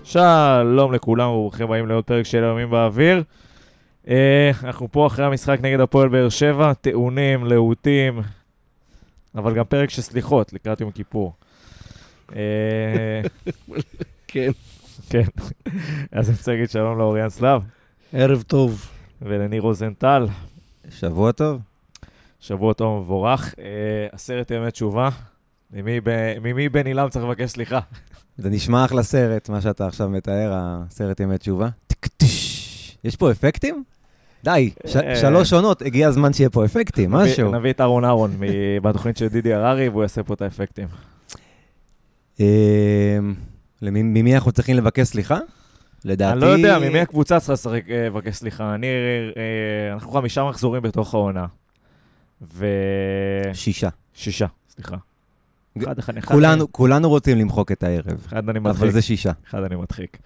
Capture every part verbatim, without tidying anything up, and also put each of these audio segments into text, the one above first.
שלום לכולם וברוכים הבאים לעוד פרק של ימים באוויר. אנחנו פה אחרי המשחק נגד הפועל באר שבע, טעונים, להוטים, אבל גם פרק של סליחות לקראת יום כיפור. כן. כן. אז אני רוצה להגיד שלום לאוריאן סלאב. ערב טוב. ולניר רוזנטל. שבוע טוב. שבוע טוב מבורך. עשרת ימי תשובה. ממי בן אילם צריך לבקש סליחה? זה נשמע אחלה סרט, מה שאתה עכשיו מתאר, הסרט ימי תשובה. יש פה אפקטים? די, שלוש עונות, הגיע הזמן שיהיה פה אפקטים, משהו. נביא את ארון ארון בתוכנית של דידי הררי, והוא יעשה פה את האפקטים. ממי אנחנו צריכים לבקש סליחה? לדעתי... אני לא יודע, ממי הקבוצה צריכה לבקש סליחה. אנחנו חמישה מחזורים בתוך העונה. ו... שישה. שישה, סליחה. אחד, אחד, אחד, כולנו, כולנו רוצים למחוק את הערב. אחד אני מדחיק. אבל זה שישה. אחד אני מדחיק.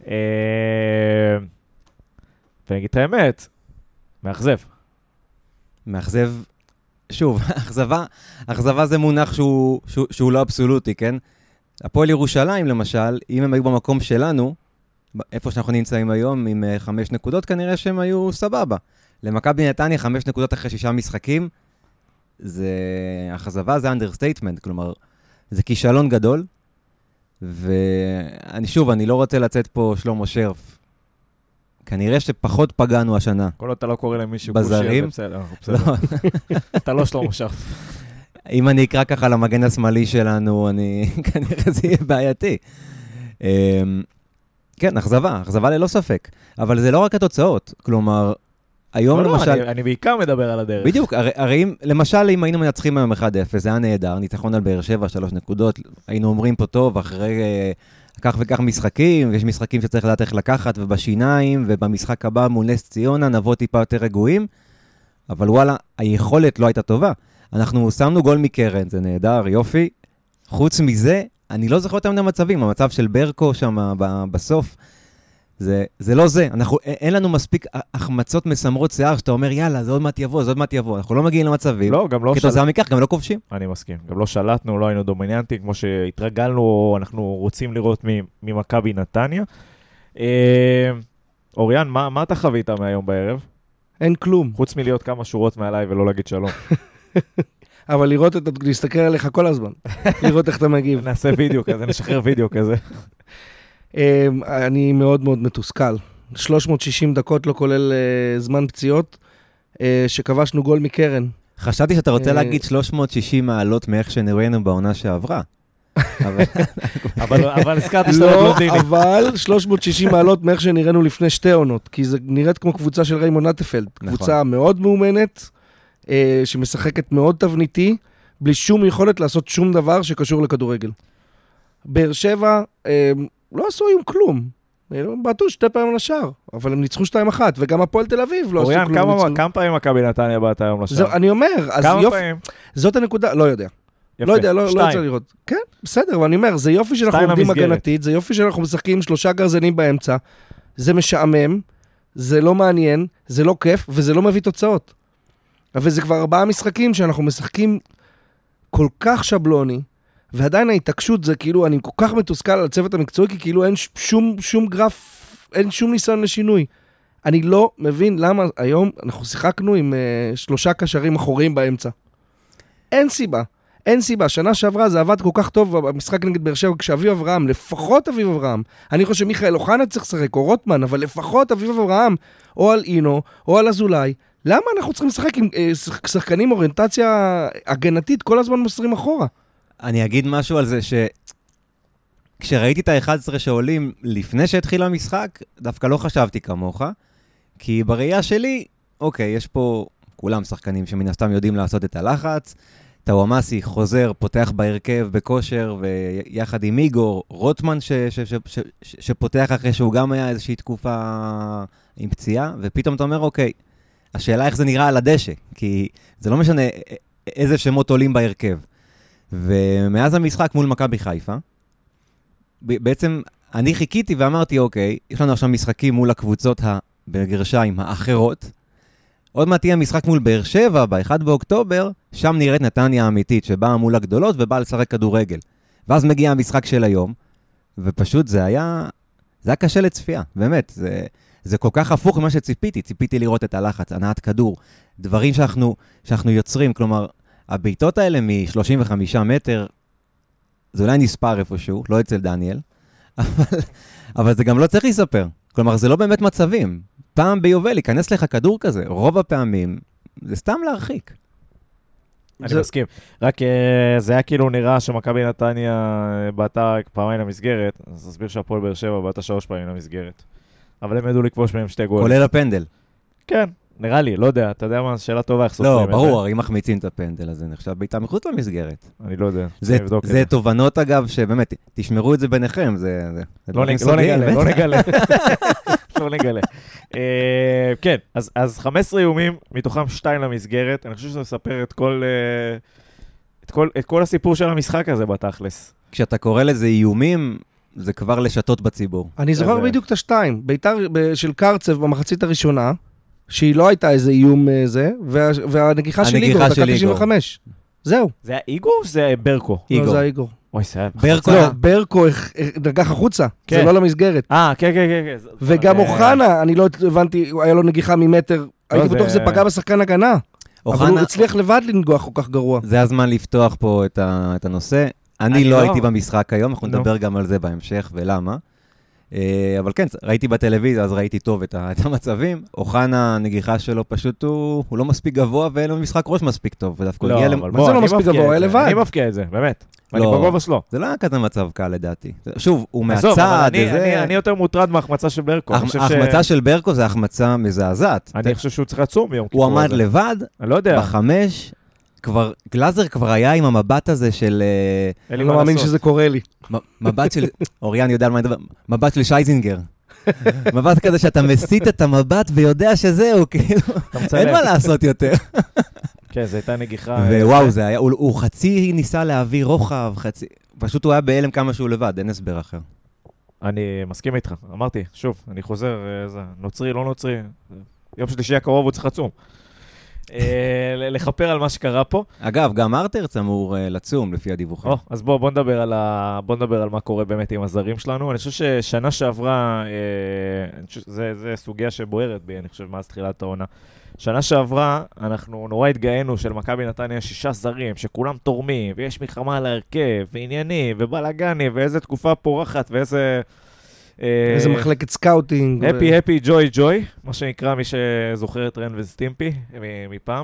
ונגיד את האמת, מאכזב. מאכזב, שוב, אכזבה, אכזבה זה מונח שהוא, שהוא, שהוא לא אבסולוטי, כן? הפועל ירושלים, למשל, אם הם היו במקום שלנו, איפה שאנחנו נמצאים היום, עם חמש נקודות, כנראה שהם היו סבבה. למכבי נתניה, חמש נקודות אחרי שישה משחקים, זה, אכזבה זה אנדרסטייטמנט, כלומר, זה כישלון גדול, ואני שוב, אני לא רוצה לצאת פה שלמה שרף. כנראה שפחות פגענו השנה. כל עוד אתה לא קורא למישהו בזרים. בסדר, בסדר. אתה לא שלמה שרף. אם אני אקרא ככה למגן השמאלי שלנו, אני, כנראה זה יהיה בעייתי. כן, אכזבה, אכזבה ללא ספק. אבל זה לא רק התוצאות, כלומר, היום לא, למשל... לא, אני, אני בעיקר מדבר על הדרך. בדיוק, הרי, הרי אם, למשל, אם היינו מנצחים היום אחד אפס, זה היה נהדר, ניצחון על באר שבע, שלוש נקודות, היינו אומרים פה טוב, אחרי אה, כך וכך משחקים, ויש משחקים שצריך לדעת איך לקחת, ובשיניים, ובמשחק הבא מול נס ציונה, נבוא טיפה יותר רגועים, אבל וואלה, היכולת לא הייתה טובה. אנחנו שמנו גול מקרן, זה נהדר, יופי. חוץ מזה, אני לא זוכר אותם למצבים, המצב של ברקו שם בסוף, זה, זה לא זה, אנחנו, אין לנו מספיק החמצות מסמרות שיער, שאתה אומר, יאללה, זה עוד מעט יבוא, זה עוד מעט יבוא, אנחנו לא מגיעים למצבים. לא, גם לא שלט... כתוצאה מכך, גם לא כובשים. אני מסכים, גם לא שלטנו, לא היינו דומיננטים, כמו שהתרגלנו, אנחנו רוצים לראות ממכבי נתניה. אוריאן, מה, מה אתה חווית מהיום בערב? אין כלום. חוץ מלהיות כמה שורות מעליי ולא להגיד שלום. אבל לראות את, להסתכל עליך כל הזמן, לראות איך אתה מגיב. נעשה וידאו כזה, נשחרר וידאו כזה. אני מאוד מאוד מתוסכל. שלוש מאות ושישים דקות, לא כולל זמן פציעות, שכבשנו גול מקרן. חשבתי שאתה רוצה להגיד שלוש מאות ושישים מעלות מאיך שנראינו בעונה שעברה. אבל הזכרת שאתה לא, בלונדיני. אבל שלוש מאות ושישים מעלות מאיך שנראינו לפני שתי עונות, כי זה נראית כמו קבוצה של ריימון נטפלד. קבוצה מאוד מאומנת, שמשחקת מאוד תבניתי, בלי שום יכולת לעשות שום דבר שקשור לכדורגל. באר שבע לא עשו היום כלום. הם בעטו שתי פעמים לשער, אבל הם ניצחו שתיים אחת, וגם הפועל תל אביב לא עשו כלום. אוריאן, כמה פעמים מכבי נתניה בעט היום לשער? אני אומר, אז כמה פעמים? זאת הנקודה, לא יודע. יפה, לא יודע, לא שתיים. יוצא לראות. כן, בסדר, אבל אני אומר, זה יופי שאנחנו עומדים הגנתית, זה יופי שאנחנו משחקים שלושה גרזנים באמצע, זה משעמם, זה לא מעניין, זה לא כיף, וזה לא מביא תוצאות. אבל זה כבר ארבעה משחקים שאנחנו משחקים כל כך שבלוני, ועדיין ההתעקשות זה כאילו, אני כל כך מתוסכל על הצוות המקצועי, כי כאילו אין שום, שום גרף, אין שום ניסיון לשינוי. אני לא מבין למה היום אנחנו שיחקנו עם uh, שלושה קשרים אחוריים באמצע. אין סיבה, אין סיבה. שנה שעברה זה עבד כל כך טוב במשחק נגד באר שבע, כשאביב אברהם, לפחות אביב אברהם, אני חושב שמיכאל אוחנה צריך לשחק, או רוטמן, אבל לפחות אביב אברהם, או על אינו, או על אזולאי, למה אנחנו צריכים לשחק עם uh, שחקנים אוריינטציה הגנתית, כל הזמן מוסרים אחורה? אני אגיד משהו על זה ש... כשראיתי את ה-אחד עשר שעולים לפני שהתחיל המשחק, דווקא לא חשבתי כמוך, כי בראייה שלי, אוקיי, יש פה כולם שחקנים שמן הסתם יודעים לעשות את הלחץ, טאוואמאסי חוזר, פותח בהרכב בכושר, ויחד עם איגור, רוטמן ש- ש- ש- ש- ש- שפותח אחרי שהוא גם היה איזושהי תקופה עם פציעה, ופתאום אתה אומר, אוקיי, השאלה איך זה נראה על הדשא, כי זה לא משנה איזה שמות עולים בהרכב. ומאז המשחק מול מכבי חיפה, בעצם אני חיכיתי ואמרתי, אוקיי, יש לנו עכשיו משחקים מול הקבוצות בגרשיים האחרות, עוד מעט תהיה משחק מול באר שבע, ב-אחד באוקטובר, שם נראית נתניה האמיתית, שבאה מול הגדולות ובאה לשחק כדורגל. ואז מגיע המשחק של היום, ופשוט זה היה, זה היה קשה לצפייה, באמת. זה, זה כל כך הפוך ממה שציפיתי. ציפיתי לראות את הלחץ, הנעת כדור, דברים שאנחנו, שאנחנו יוצרים. כלומר, הביתות האלה מ-שלושים וחמישה מטר, זה אולי נספר איפשהו, לא אצל דניאל, אבל, אבל זה גם לא צריך לספר. כלומר, זה לא באמת מצבים. פעם ביובל, ייכנס לך כדור כזה, רוב הפעמים, זה סתם להרחיק. אני מסכים. רק זה היה כאילו נראה שמכבי נתניה בעטה פעמיים למסגרת, אז אסביר שהפועל באר שבע בעטה שלוש פעמים למסגרת. אבל הם ידעו לכבוש מהם שתי גולים. כולל הפנדל. כן, נראה לי, לא יודע, אתה יודע מה, שאלה טובה, איך סופרים לא, את זה. ברור, אם מחמיצים את הפנדל, אז זה נחשב בעיטה מחוץ למסגרת. אני לא יודע. זה, זה תובנות אגב, שבאמת, תשמרו את זה ביניכם, זה... זה לא נגלה, לא נגלה. לא נגלה. כן, אז חמישה עשר איומים, מתוכם שתיים למסגרת, אני חושב שזה מספר את כל... את כל הסיפור של המשחק הזה בתכלס. כשאתה קורא לזה איומים, זה כבר לשתות בציבור. אני זוכר בדיוק את השתיים, ביתר של קרצב במחצית הראשונה, שהיא לא הייתה איזה איום זה, והנגיחה של איגור, דקה תשעים וחמש. זהו. זה היה איגור או זה ברקו? איגור. לא, זה היה איגור. אוי, זה היה... ברקו. לא, ברקו נגח החוצה, זה לא למסגרת. אה, כן, כן, כן. וגם אוחנה, אני לא הבנתי, היה לו נגיחה ממטר, הייתי בטוח שזה פגע בשחקן הגנה. אבל הוא הצליח לבד לנגוח כל כך גרוע. זה הזמן לפתוח פה את הנושא. אני לא הייתי במשחק היום, אנחנו נדבר גם על זה בהמשך ולמה. אבל כן, ראיתי בטלוויזיה, אז ראיתי טוב את המצבים. אוחנה, הנגיחה שלו פשוט הוא לא מספיק גבוה, ואין לו משחק ראש מספיק טוב. לא, אבל בוא, אני מפקיע את זה. אני מפקיע את זה, באמת. אני בגובה שלו. זה לא היה כזה מצב קל לדעתי. שוב, הוא מהצד. אני יותר מוטרד מההחמצה של ברקו. ההחמצה של ברקו זה החמצה מזעזעת. אני חושב שהוא צריך לעצום ביום כיפור הזה. הוא עמד לבד, בחמש, כבר, גלאזר כבר היה עם המבט הזה של... אני לא מאמין שזה קורה לי. מבט של... אוריאן יודע על מה אני מדבר. מבט של שייזינגר. מבט כזה שאתה מסית את המבט ויודע שזהו, כאילו... אין מה לעשות יותר. כן, זו הייתה נגיחה... ווואו, זה היה... הוא חצי ניסה להביא רוחב, חצי... פשוט הוא היה בהלם כמה שהוא לבד, אין הסבר אחר. אני מסכים איתך. אמרתי, שוב, אני חוזר, נוצרי, לא נוצרי. יום שלישי הקרוב הוא צריך לצום. לחפר על מה שקרה פה. אגב, גם ארטרץ אמור לצום לפי הדיווחים. אז בואו בוא נדבר על ה... בוא נדבר על מה קורה באמת עם הזרים שלנו. אני חושב ששנה שעברה, זה, זה סוגיה שבוערת בי, אני חושב, מאז תחילת העונה. שנה שעברה, אנחנו נורא התגאינו של מכבי נתניה שישה זרים, שכולם תורמים, ויש מלחמה על ההרכב, וענייני, ובלגני, ואיזה תקופה פורחת, ואיזה... איזה מחלקת סקאוטינג. הפי, הפי, ג'וי, ג'וי, מה שנקרא מי שזוכר את רן וסטימפי מפעם.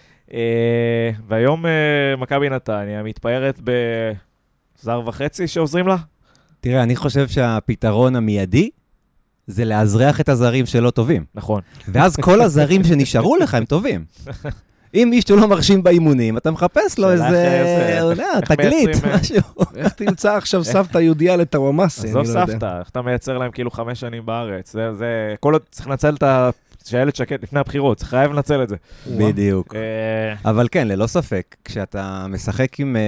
והיום מכבי נתניה מתפארת בזר וחצי שעוזרים לה. תראה, אני חושב שהפתרון המיידי זה להזרח את הזרים שלא טובים. נכון. ואז כל הזרים שנשארו לך הם טובים. אם מישהו לא מרשים באימונים, אתה מחפש לו איזה, תגלית, משהו. איך תמצא עכשיו סבתא יהודיה לטוואמאסי? עזוב סבתא, איך אתה מייצר להם כאילו חמש שנים בארץ. זה, כל עוד צריך לנצל את ה... שהילד שקט לפני הבחירות, צריך חייב לנצל את זה. בדיוק. אבל כן, ללא ספק, כשאתה משחק עם...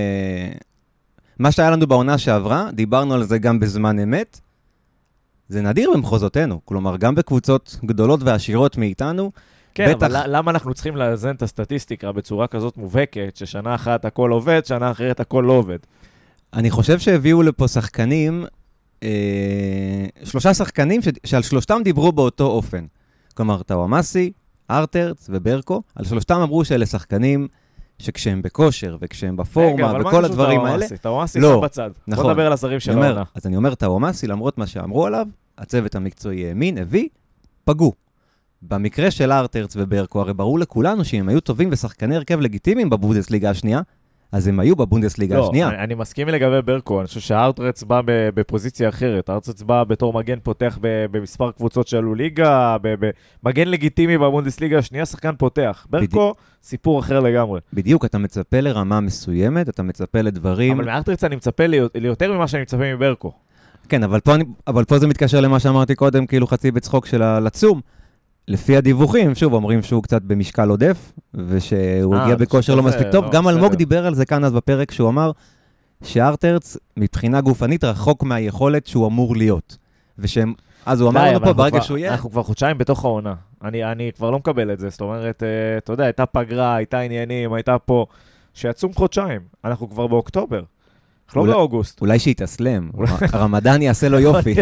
מה שהיה לנו בעונה שעברה, דיברנו על זה גם בזמן אמת, זה נדיר במחוזותינו. כלומר, גם בקבוצות גדולות ועשירות מאיתנו, כן, בטח... אבל למה אנחנו צריכים לאזן את הסטטיסטיקה בצורה כזאת מובהקת, ששנה אחת הכל עובד, שנה אחרת הכל לא עובד? אני חושב שהביאו לפה שחקנים, אה, שלושה שחקנים ש... שעל שלושתם דיברו באותו אופן. כלומר, טוואמאסי, ארטרץ וברקו, על שלושתם אמרו שאלה שחקנים שכשהם בכושר וכשהם בפורמה וכל הדברים האלה... טוואמאסי שם בצד. נכון. בוא נדבר על הזרים של העונה. אז אני אומר, טוואמאסי, למרות מה שאמרו עליו, הצוות המקצועי האמין, הביא, פגעו. במקרה של ארטרץ וברקו, הרי ברור לכולנו שאם היו טובים ושחקני הרכב לגיטימיים בבונדסליגה השנייה, אז הם היו בבונדסליגה השנייה. לא, אני, אני מסכים לגבי ברקו, אני חושב שהארטרץ בא בפוזיציה אחרת, הארטרץ בא בתור מגן פותח במספר קבוצות שעלו ליגה, במגן לגיטימי בבונדסליגה השנייה, שחקן פותח. ברקו, סיפור אחר לגמרי. בדיוק, אתה מצפה לרמה מסוימת, אתה מצפה לדברים... אבל מארטרץ אני מצפה ליותר ממה שאני מצפה מברקו. כן, אבל פה, אבל פה זה מתקשר למה שאמרתי קודם, כאילו חצי בצחוק של לצום. לפי הדיווחים, שוב, אומרים שהוא קצת במשקל עודף, ושהוא הגיע בכושר לא מספיק טוב. גם אלמוג דיבר על זה כאן אז בפרק, שהוא אמר שארטרץ, מבחינה גופנית, רחוק מהיכולת שהוא אמור להיות. ושהם, אז הוא אמר לנו פה, ברגע שהוא יהיה... אנחנו כבר חודשיים בתוך העונה. אני כבר לא מקבל את זה. זאת אומרת, אתה יודע, הייתה פגרה, הייתה עניינים, הייתה פה... שיצום חודשיים. אנחנו כבר באוקטובר. לא באוגוסט. אולי שיתאסלם, הרמדאן יעשה לו יופי.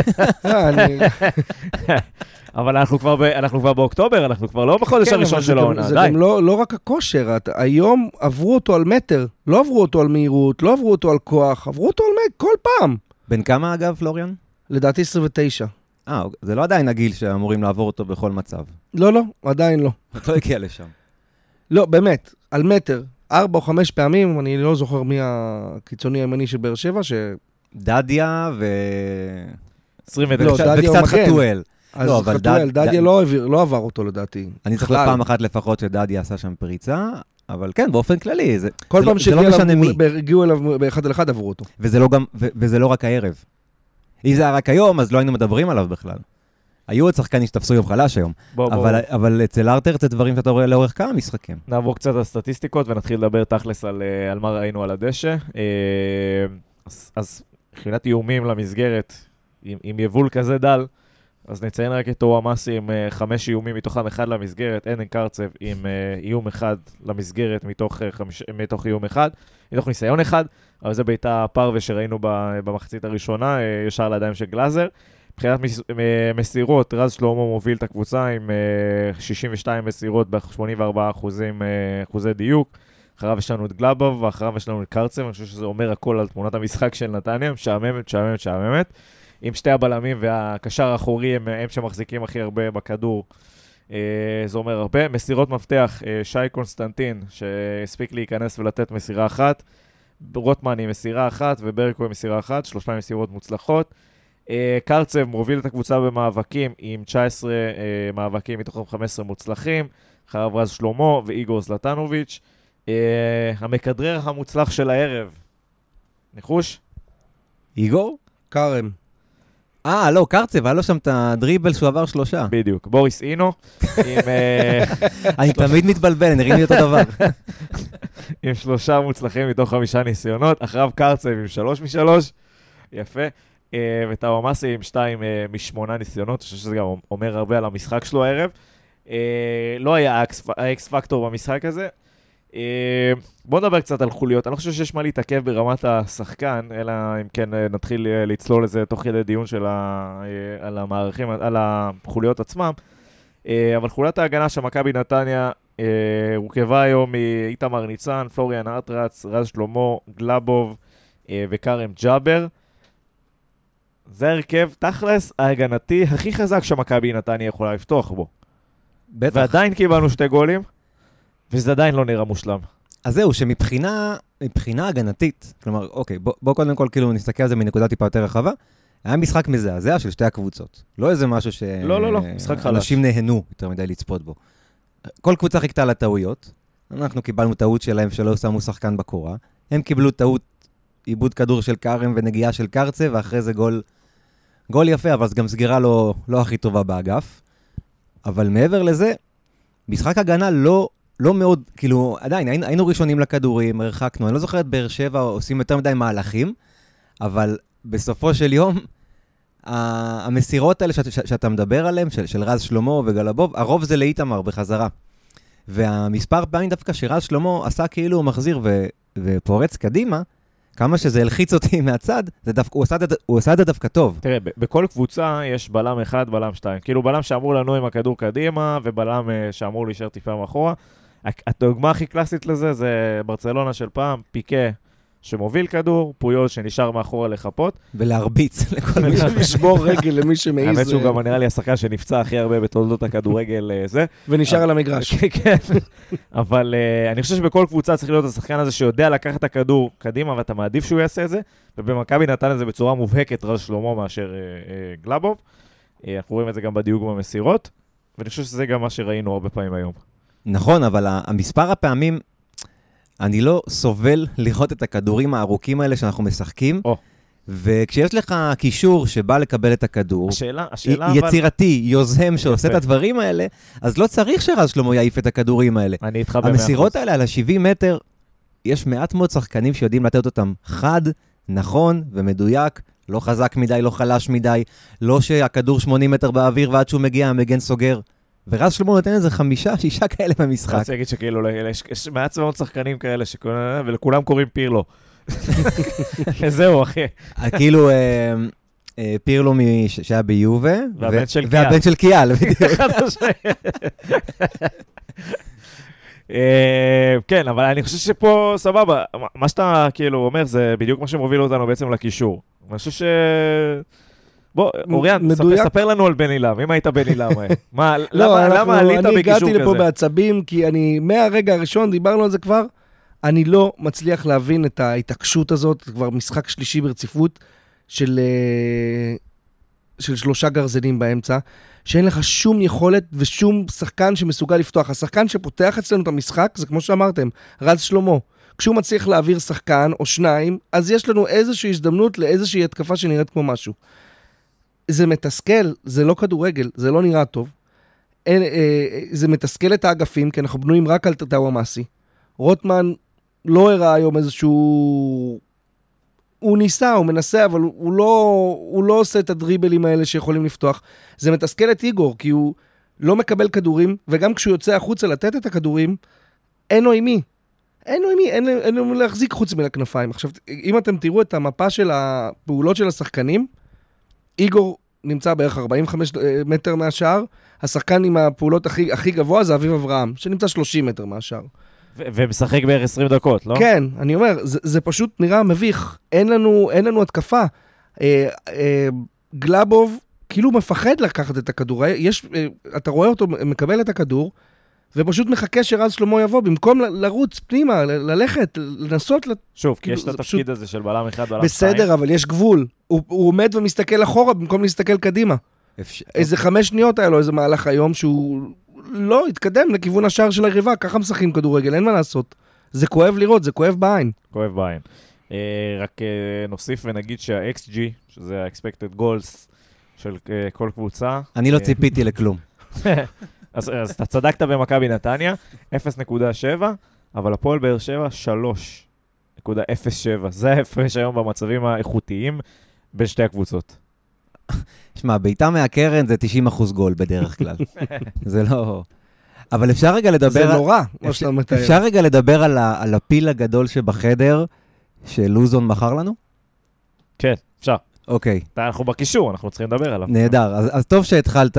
אבל אנחנו כבר באוקטובר, אנחנו כבר לא בחודש הראשון של העונה. זה גם לא רק הכושר, היום עברו אותו על מטר, לא עברו אותו על מהירות, לא עברו אותו על כוח, עברו אותו על מטר כל פעם. בין כמה אגב, פלוריאן? לדעתי עשרים ותשע. אה, זה לא עדיין הגיל שאמורים לעבור אותו בכל מצב. לא, לא, עדיין לא. אתה לא הגיע לשם. לא, באמת, על מטר, ארבע או חמש פעמים, אני לא זוכר מי הקיצוני הימני של באר שבע, ש... דדיה ו... עשרים ותשע. וקצת חתואל. אז חתואל, דדיה לא עבר אותו לדעתי. אני צריך לפעם אחת לפחות שדדיה עשה שם פריצה, אבל כן, באופן כללי, כל פעם שהגיעו אליו באחד על אחד עברו אותו. וזה לא רק הערב. אם זה היה רק היום, אז לא היינו מדברים עליו בכלל. היו עוד שחקנים שתפסו יום חלש היום. אבל אצל ארטר זה דברים שאתה רואה לאורך כמה משחקים. נעבור קצת על סטטיסטיקות ונתחיל לדבר תכלס על מה ראינו על הדשא. אז מבחינת איומים למסגרת, עם יבול כזה דל, אז נציין רק את אוהמאסי עם חמש איומים מתוכם אחד למסגרת, עדן קרצב עם איום אחד למסגרת מתוך, חמיש, מתוך איום אחד, מתוך ניסיון אחד, אבל זה ביתה פרווה שראינו במחצית הראשונה, ישר לידיים של גלאזר. מבחינת מסירות, רז שלמה מוביל את הקבוצה עם שישים ושתיים מסירות ב-שמונים וארבעה אחוזים, אחוזי דיוק. אחריו יש לנו את גלאבוב, ואחריו יש לנו את קרצב, אני חושב שזה אומר הכל על תמונת המשחק של נתניה, משעממת, משעממת, משעממת. עם שתי הבלמים והקשר האחורי הם, הם שמחזיקים הכי הרבה בכדור. זה אומר הרבה. מסירות מפתח, שי קונסטנטין, שהספיק להיכנס ולתת מסירה אחת. רוטמן עם מסירה אחת וברקו עם מסירה אחת, שלושה מסירות מוצלחות. קרצב מוביל את הקבוצה במאבקים עם תשע עשרה מאבקים מתוכם חמישה עשר מוצלחים. אחריו רז שלמה ואיגור זלטנוביץ'. המכדרר המוצלח של הערב. ניחוש? איגור? קרם. אה, לא, קרצב, היה לו שם את הדריבל שהוא עבר שלושה. בדיוק, בוריס אינו. אני תמיד מתבלבל, נראים לי אותו דבר. עם שלושה מוצלחים מתוך חמישה ניסיונות, אחריו קרצב עם שלוש משלוש, יפה, וטאוואמאסי עם שתיים משמונה ניסיונות, אני חושב שזה גם אומר הרבה על המשחק שלו הערב. לא היה האקס פקטור במשחק הזה. בוא נדבר קצת על חוליות, אני לא חושב שיש מה להתעכב ברמת השחקן, אלא אם כן נתחיל לצלול לזה תוך כדי דיון של ה... על המערכים, על החוליות עצמם, אבל חוליית ההגנה של מכבי נתניה הורכבה היום מאיתמר ניצן, פלוריאן ארטרץ, רז שלמה, גלאבוב וקרם ג'אבר. זה הרכב תכלס ההגנתי הכי חזק שמכבי נתניה יכולה לפתוח בו. בטח. ועדיין קיבלנו שתי גולים. וזה עדיין לא נראה מושלם. אז זהו, שמבחינה מבחינה הגנתית, כלומר, אוקיי, בוא, בוא קודם כל כאילו נסתכל על זה מנקודה טיפה יותר רחבה, היה משחק מזעזע של שתי הקבוצות. לא איזה משהו ש... לא, לא, לא, משחק חלש. אנשים נהנו יותר מדי לצפות בו. כל קבוצה חיכתה לטעויות, אנחנו קיבלנו טעות שלהם שלא שמו שחקן בקורה, הם קיבלו טעות עיבוד כדור של קרם ונגיעה של קרצה, ואחרי זה גול, גול יפה, אבל גם סגירה לא, לא הכי טובה באגף. אבל מעבר לזה, משחק הגנה לא... לא מאוד, כאילו, עדיין, היינו, היינו ראשונים לכדורים, הרחקנו, אני לא זוכר את באר שבע, עושים יותר מדי מהלכים, אבל בסופו של יום, המסירות האלה שאת, שאתה מדבר עליהן, של, של רז שלמה וגלבוב, הרוב זה לאיתמר בחזרה. והמספר פעמים דווקא שרז שלמה עשה כאילו הוא מחזיר ו, ופורץ קדימה, כמה שזה הלחיץ אותי מהצד, זה דווקא, הוא, עשה, הוא עשה את זה דווקא טוב. תראה, בכל קבוצה יש בלם אחד, בלם שתיים. כאילו בלם שאמור לנו עם הכדור קדימה, ובלם שאמור להישאר טיפה מאחורה. הדוגמה הכי קלאסית לזה זה ברצלונה של פעם, פיקה שמוביל כדור, פויול שנשאר מאחורה לחפות. ולהרביץ לכל מי שמשבור רגל למי שמעיז. האמת שהוא גם נראה לי השחקן שנפצע הכי הרבה בתולדות הכדורגל זה. ונשאר על המגרש. כן, אבל אני חושב שבכל קבוצה צריך להיות השחקן הזה שיודע לקחת את הכדור קדימה, ואתה מעדיף שהוא יעשה את זה, ובמכבי נתן את זה בצורה מובהקת רז שלמה מאשר גלאבוב. אנחנו רואים את זה גם בדיוק במסירות, ואני חושב שזה גם מה שראינו הרבה פעמים היום. נכון, אבל המספר הפעמים, אני לא סובל לראות את הכדורים הארוכים האלה שאנחנו משחקים, oh. וכשיש לך קישור שבא לקבל את הכדור, השאלה, השאלה יצירתי, אבל... יוזם שעושה את הדברים האלה, אז לא צריך שרז שלמה יעיף את הכדורים האלה. אני איתך במאה אחוז. המסירות האלה על ה-שבעים מטר, יש מעט מאוד שחקנים שיודעים לתת אותם חד, נכון ומדויק, לא חזק מדי, לא חלש מדי, לא שהכדור שמונים מטר באוויר ועד שהוא מגיע, המגן סוגר. ורז שלמה נותן איזה חמישה, שישה כאלה במשחק. אני רוצה להגיד שכאילו, יש מעט מאוד שחקנים כאלה, ולכולם קוראים פירלו. זהו, אחי. כאילו, פירלו שהיה ביובה, והבן של קיאל. והבן של קיאל, בדיוק. כן, אבל אני חושב שפה סבבה, מה שאתה כאילו אומר זה בדיוק מה שמוביל אותנו בעצם לקישור. אני חושב ש... בוא, אוריאן, ספר לנו על בן אילם, אם היית בן אילם, למה עלית בקישור כזה? אני הגעתי לפה בעצבים, כי אני, מהרגע הראשון, דיברנו על זה כבר, אני לא מצליח להבין את ההתעקשות הזאת, כבר משחק שלישי ברציפות, של, של שלושה גרזנים באמצע, שאין לך שום יכולת ושום שחקן שמסוגל לפתוח. השחקן שפותח אצלנו את המשחק, זה כמו שאמרתם, רז שלמה. כשהוא מצליח להעביר שחקן או שניים, אז יש לנו איזושהי הזדמנות לאיזושהי התקפה שנראית כמו משהו. זה מתסכל, זה לא כדורגל, זה לא נראה טוב. אין, אה, זה מתסכל את האגפים, כי אנחנו בנויים רק על תטאו המעשי. רוטמן לא הראה היום איזשהו... הוא ניסה, הוא מנסה, אבל הוא לא, הוא לא עושה את הדריבלים האלה שיכולים לפתוח. זה מתסכל את איגור, כי הוא לא מקבל כדורים, וגם כשהוא יוצא החוצה לתת את הכדורים, אין לו עם מי. אין לו עם מי, אין, אין לו להחזיק חוץ מן הכנפיים. עכשיו, אם אתם תראו את המפה של הפעולות של השחקנים, איגור נמצא בערך ארבעים וחמישה מטר מהשאר, השחקן עם הפעולות הכי, הכי גבוה זה אביב אברהם, שנמצא שלושים מטר מהשאר. ומשחק בערך עשרים דקות, לא? כן, אני אומר, זה, זה פשוט נראה מביך. אין לנו, אין לנו התקפה. אה, אה, גלאבוב כאילו מפחד לקחת את הכדור. יש, אה, אתה רואה אותו מקבל את הכדור, ופשוט מחכה שרז שלמה יבוא, במקום ל- לרוץ פנימה, ל- ללכת, לנסות... שוב, כאילו, כי יש את התפקיד פשוט... הזה של בלם אחד, בלם בסדר, שתיים. אבל יש גבול. הוא, הוא עומד ומסתכל אחורה, במקום להסתכל קדימה. אפשר... איזה חמש שניות היה לו, איזה מהלך היום, שהוא לא התקדם לכיוון השער של היריבה, ככה משחקים כדורגל, אין מה לעשות. זה כואב לראות, זה כואב בעין. כואב בעין. אה, רק אה, נוסיף ונגיד שה-אקס ג'י, שזה ה-Expected Goals של אה, כל קבוצה. אני לא ציפיתי לכלום. אז, אז אתה צדקת במכבי נתניה, אפס נקודה שבע, אבל הפועל באר שבע, שלוש נקודה אפס שבע. זה ההפרש היום במצבים האיכותיים בין שתי הקבוצות. שמע, ביתה מהקרן זה תשעים אחוז גול בדרך כלל. זה לא... אבל אפשר רגע לדבר... זה על... נורא, מה שאתה מתאר. אפשר רגע לדבר על, ה... על הפיל הגדול שבחדר, שלוזון מכר לנו? כן, אפשר. אוקיי. אנחנו בקישור, אנחנו צריכים לדבר עליו. נהדר, אז, אז טוב שהתחלת.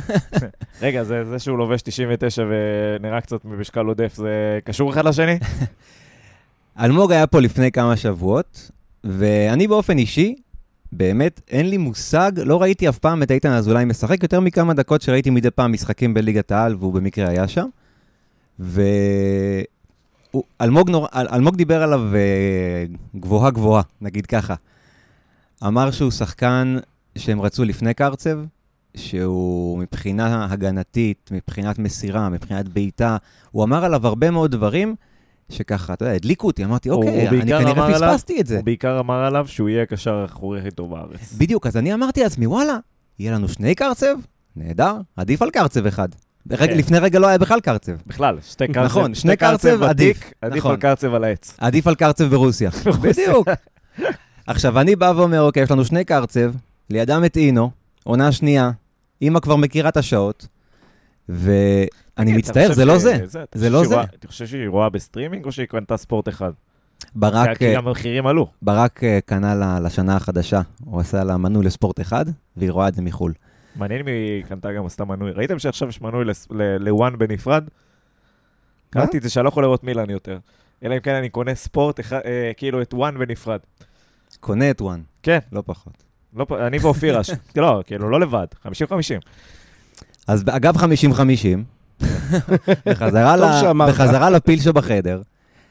רגע, זה, זה שהוא לובש תשעים ותשע ונראה קצת במשקל עודף, זה קשור אחד לשני? אלמוג היה פה לפני כמה שבועות, ואני באופן אישי, באמת אין לי מושג, לא ראיתי אף פעם את איתן אזולאי משחק, יותר מכמה דקות שראיתי מדי פעם משחקים בליגת העל, והוא במקרה היה שם, ואלמוג נור... אלמוג דיבר עליו גבוהה גבוהה, נגיד ככה. אמר שהוא שחקן שהם רצו לפני קרצב, שהוא מבחינה הגנתית, מבחינת מסירה, מבחינת ביתה, הוא אמר עליו הרבה מאוד דברים, שככה, אתה יודע, הדליקו אותי, אמרתי, אוקיי, אני כנראה פספסתי את זה. הוא בעיקר אמר עליו שהוא יהיה הקשר האחורי הכי טוב בארץ. בדיוק, אז אני אמרתי לעצמי, וואלה, יהיה לנו שני קרצב? נהדר, עדיף על קרצב אחד. לפני רגע לא היה בכלל קרצב. בכלל, שתי קרצב. נכון, שני קרצב עדיף. עדיף על קרצב על העץ. עדיף על קרצב ברוסיה. בדיוק. עכשיו, אני בא ואומר, אוקיי, יש לנו שני קרצב, לידם את אינו, עונה שנייה, אמא כבר מכירה את השעות, ואני מצטער, זה לא זה. זה לא זה. אתה חושב שהיא רואה בסטרימינג או שהיא קנתה ספורט אחד? ברק... כי גם המחירים עלו. ברק קנה לשנה החדשה, הוא עשה לה מנוי לספורט אחד, והיא רואה את זה מחול. מעניין אם היא קנתה גם עשתה מנוי. ראיתם שעכשיו יש מנוי לוואן בנפרד? קראתי את זה שאני לא יכול לראות מילן יותר. אלא אם כן אני קונה ספורט, כאילו את וואן בנפרד. קונה את וואן. כן. לא פחות. אני ואופירה, לא, כאילו לא לבד, חמישים חמישים. אז אגב חמישים חמישים, בחזרה לפיל שבחדר,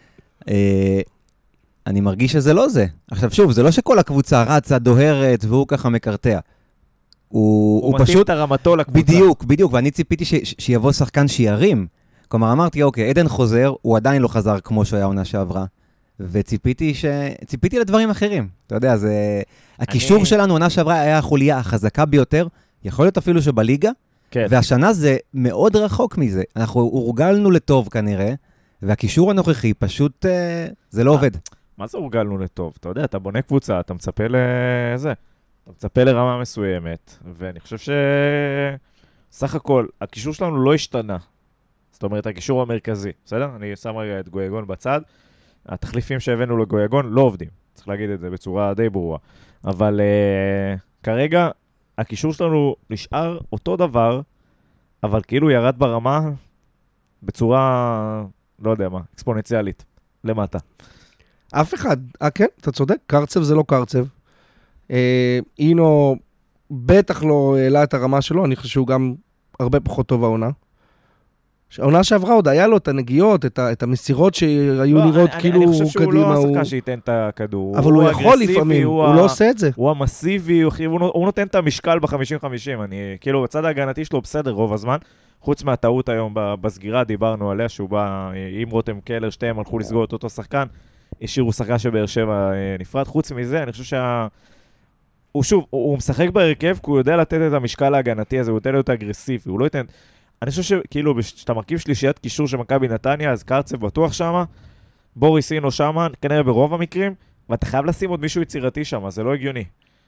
אני מרגיש שזה לא זה. עכשיו שוב, זה לא שכל הקבוצה רצה, דוהרת, והוא ככה מקרטע. הוא מתאים את הרמתו לקבוצה. בדיוק, בדיוק, ואני ציפיתי שיבוא שחקן שירים. כלומר, אמרתי, אוקיי, עדן חוזר, הוא עדיין לא חזר כמו שהיה עונה שעברה. וציפיתי ש... ציפיתי לדברים אחרים. אתה יודע, זה... הקישור שלנו, עונה שעברה, היה החוליה החזקה ביותר, יכול להיות אפילו שבליגה, כן. והשנה זה מאוד רחוק מזה. אנחנו הורגלנו לטוב כנראה, והקישור הנוכחי פשוט, זה לא עובד. מה זה הורגלנו לטוב? אתה יודע, אתה בונה קבוצה, אתה מצפה לזה, אתה מצפה לרמה מסוימת, ואני חושב ש... סך הכל, הקישור שלנו לא השתנה. זאת אומרת, הקישור המרכזי, בסדר? אני שם רגע את גויגון בצד. התחליפים שהבאנו לגויגון לא עובדים. צריך להגיד את זה בצורה די ברורה. אבל uh, כרגע, הקישור שלנו נשאר אותו דבר, אבל כאילו ירד ברמה בצורה, לא יודע מה, אקספוננציאלית, למטה. אף אחד, אה כן, אתה צודק, קרצב זה לא קרצב. אה, אינו בטח לא העלה את הרמה שלו, אני חושב שהוא גם הרבה פחות טוב העונה. העונה שעברה עוד היה לו את הנגיעות, את, ה, את המסירות שהיו לא, נראות אני, כאילו אני קדימה. חושב שהוא לא הוא... השחקן שייתן את הכדור. אבל הוא, הוא יכול לפעמים, הוא, הוא לא עושה את זה. הוא המסיבי, הוא, הוא נותן את המשקל ב-חמישים חמישים. אני, כאילו, בצד ההגנתי שלו בסדר רוב הזמן. חוץ מהטעות היום בסגירה, דיברנו עליה, שהוא בא עם רותם קלר, שתיהם הלכו לסגור את אותו שחקן, השאירו שחקן שבאר שבע נפרד. חוץ מזה, אני חושב שה... הוא שוב, הוא, הוא משחק בהרכב, כי הוא יודע לתת את המשקל ההגנתי הזה, הוא יודע להיות אגרסיבי, הוא לא ייתן... אני חושב שכאילו, כשאתה מרכיב שלישיית קישור של מכבי נתניה, אז קרצב בטוח שמה, בוריס אינו שמה, כנראה ברוב המקרים, ואתה חייב לשים עוד מישהו יצירתי שמה, זה לא הגיוני.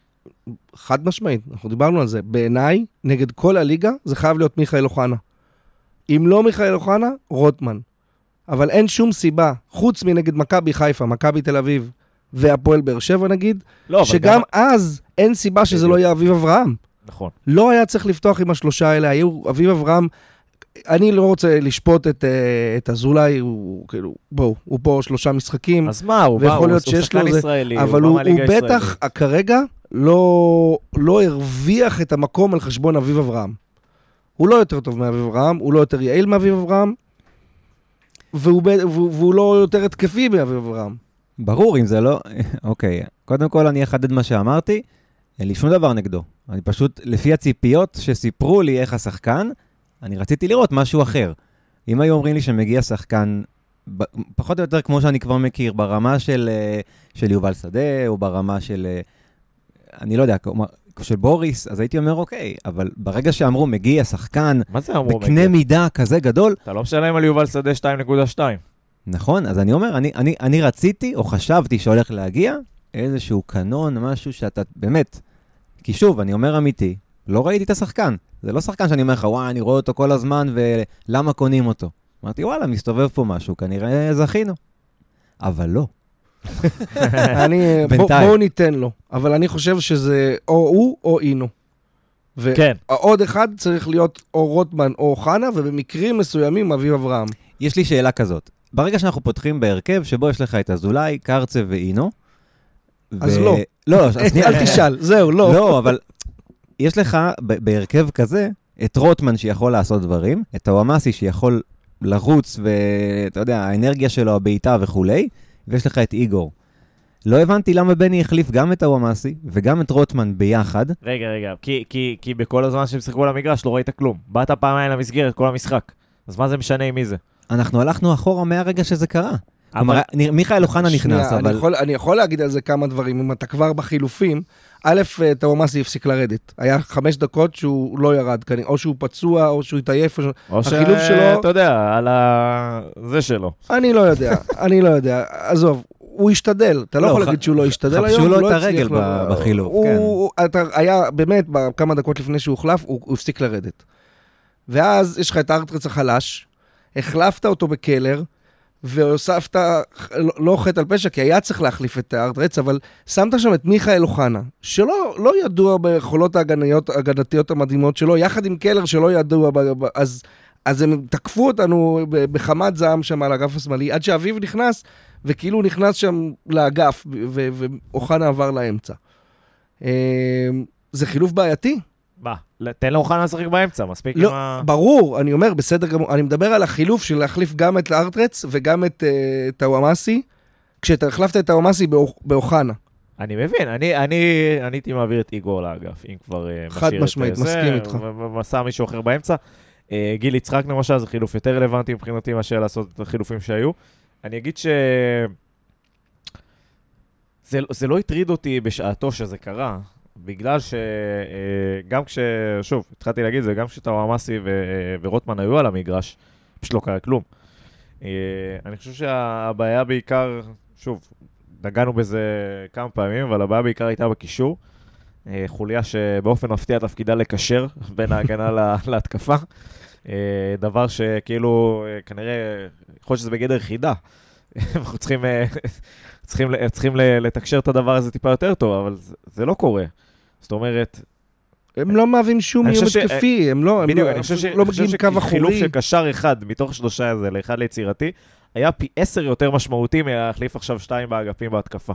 חד משמעית, אנחנו דיברנו על זה. בעיניי, נגד כל הליגה, זה חייב להיות מיכאל אוחנה. אם לא מיכאל אוחנה, רוטמן. אבל אין שום סיבה, חוץ מנגד מכבי חיפה, מכבי תל אביב, והפועל באר שבע נגיד, לא, שגם גם... אז אין סיבה שזה לא יהיה אביב אברהם. נכון. לא היה צריך לפתוח עם השלושה האלה, היו אביב אברהם, אני לא רוצה לשפוט את, את הזולאי, הוא כאילו, בואו, הוא פה שלושה משחקים. אז מה, הוא בא, הוא שחקן ישראלי, אבל הוא, הוא בטח כרגע לא, לא הרוויח את המקום על חשבון אביב אברהם. הוא לא יותר טוב מאביב אברהם, הוא לא יותר יעיל מאביב אברהם, והוא, והוא, והוא לא יותר התקפי מאביב אברהם. ברור, אם זה לא... אוקיי, קודם כל אני אחדד מה שאמרתי, אין לי שום דבר נגדו. אני פשוט, לפי הציפיות שסיפרו לי איך השחקן, אני רציתי לראות משהו אחר. אם היו אומרים לי שמגיע שחקן, פחות או יותר כמו שאני כבר מכיר, ברמה של, של יובל שדה, או ברמה של, אני לא יודע, של בוריס, אז הייתי אומר אוקיי, אבל ברגע שאמרו מגיע שחקן, בקנה מידה כזה גדול, אתה לא משלם על יובל שדה שתיים נקודה שתיים. נכון, אז אני אומר, אני, אני, אני רציתי, או חשבתי שהולך להגיע, איזשהו קנון, משהו שאתה, באמת, כי שוב, אני אומר אמיתי, לא ראיתי את השחקן. זה לא שחקן שאני אומר לך, וואי, אני רואה אותו כל הזמן, ולמה קונים אותו? אמרתי, וואלה, מסתובב פה משהו, כנראה זכינו. אבל לא. אני, בוא, בואו ניתן לו, אבל אני חושב שזה או הוא או אינו. כן. ועוד אחד צריך להיות או רוטמן או חנה, ובמקרים מסוימים אביב אברהם. יש לי שאלה כזאת. ברגע שאנחנו פותחים בהרכב, שבו יש לך את הזולאי, קרצב ואינו, אז לא. לא, אל תשאל, זהו, לא. לא, אבל יש לך בהרכב כזה את רוטמן שיכול לעשות דברים, את הוואמאסי שיכול לרוץ, ואתה יודע, האנרגיה שלו, הבעיטה וכולי, ויש לך את איגור. לא הבנתי למה בני החליף גם את הוואמאסי וגם את רוטמן ביחד. רגע, רגע, כי, כי, כי בכל הזמן שהם שיחקו על המגרש לא ראית כלום. באת פעמיים למסגרת כל המשחק. אז מה זה משנה עם מי זה? אנחנו הלכנו אחורה מהרגע שזה קרה. כלומר, מיכאל אוחנה נכנס, אבל... אני יכול, אני יכול להגיד על זה כמה דברים. אם אתה כבר בחילופים, א', תאומאסי הפסיק לרדת. היה חמש דקות שהוא לא ירד, או שהוא פצוע, או שהוא התעייף, או החילוף שלו... אתה יודע, על ה... זה שלו. אני לא יודע, אני לא יודע. עזוב, הוא השתדל. אתה לא יכול להגיד שהוא לא השתדל היום. חפשו לו את הרגל בחילוף, כן. היה, באמת, בכמה דקות לפני שהוא הוחלף, הוא הפסיק לרדת. ואז יש לך את הארטרץ החלש, החלפת אותו בקלר, והוספת, לא חטא על פשע, כי היה צריך להחליף את הארטרץ, אבל שמת שם את מיכאל אוחנה, שלא לא ידוע ביכולות ההגנתיות המדהימות שלו, יחד עם קלר שלא ידוע, אז, אז הם תקפו אותנו בחמת זעם שם על האגף השמאלי, עד שאביב נכנס, וכאילו נכנס שם לאגף, ואוחנה עבר לאמצע. זה חילוף בעייתי. מה? תן לאוחנה לשחק באמצע, מספיק לא, עם ה... ברור, אני אומר, בסדר גמור, אני מדבר על החילוף של להחליף גם את הארטרץ וגם את uh, תאומאסי, כשאתה החלפת את תאומאסי באוחנה. אני מבין, אני, אני, אני הייתי מעביר את איגור לאגף, אם כבר uh, חד משמעית, מסכים איתך. ומסע מישהו אחר באמצע. Uh, גיל יצחק למשל, זה חילוף יותר רלוונטי מבחינתי מאשר לעשות את החילופים שהיו. אני אגיד ש... זה, זה לא הטריד אותי בשעתו שזה קרה, בגלל שגם כש... שוב, התחלתי להגיד זה, גם כשתאומאסי ורוטמן היו על המגרש, פשוט לא קרה כלום. אני חושב שהבעיה בעיקר, שוב, נגענו בזה כמה פעמים, אבל הבעיה בעיקר הייתה בקישור. חוליה שבאופן מפתיע תפקידה לקשר בין ההגנה להתקפה. דבר שכאילו, כנראה, יכול להיות שזה בגדר חידה, אנחנו צריכים, צריכים, צריכים לתקשר את הדבר הזה טיפה יותר טוב, אבל זה, זה לא קורה. זאת אומרת... הם לא מהווים שום איום התקפי, הם לא, בדיוק, הם אני חושב לא מגיעים קו אחורי. חילוף של קשר אחד מתוך שלושה הזה לאחד ליצירתי, היה פי עשר יותר משמעותי מלהחליף עכשיו שתיים באגפים בהתקפה.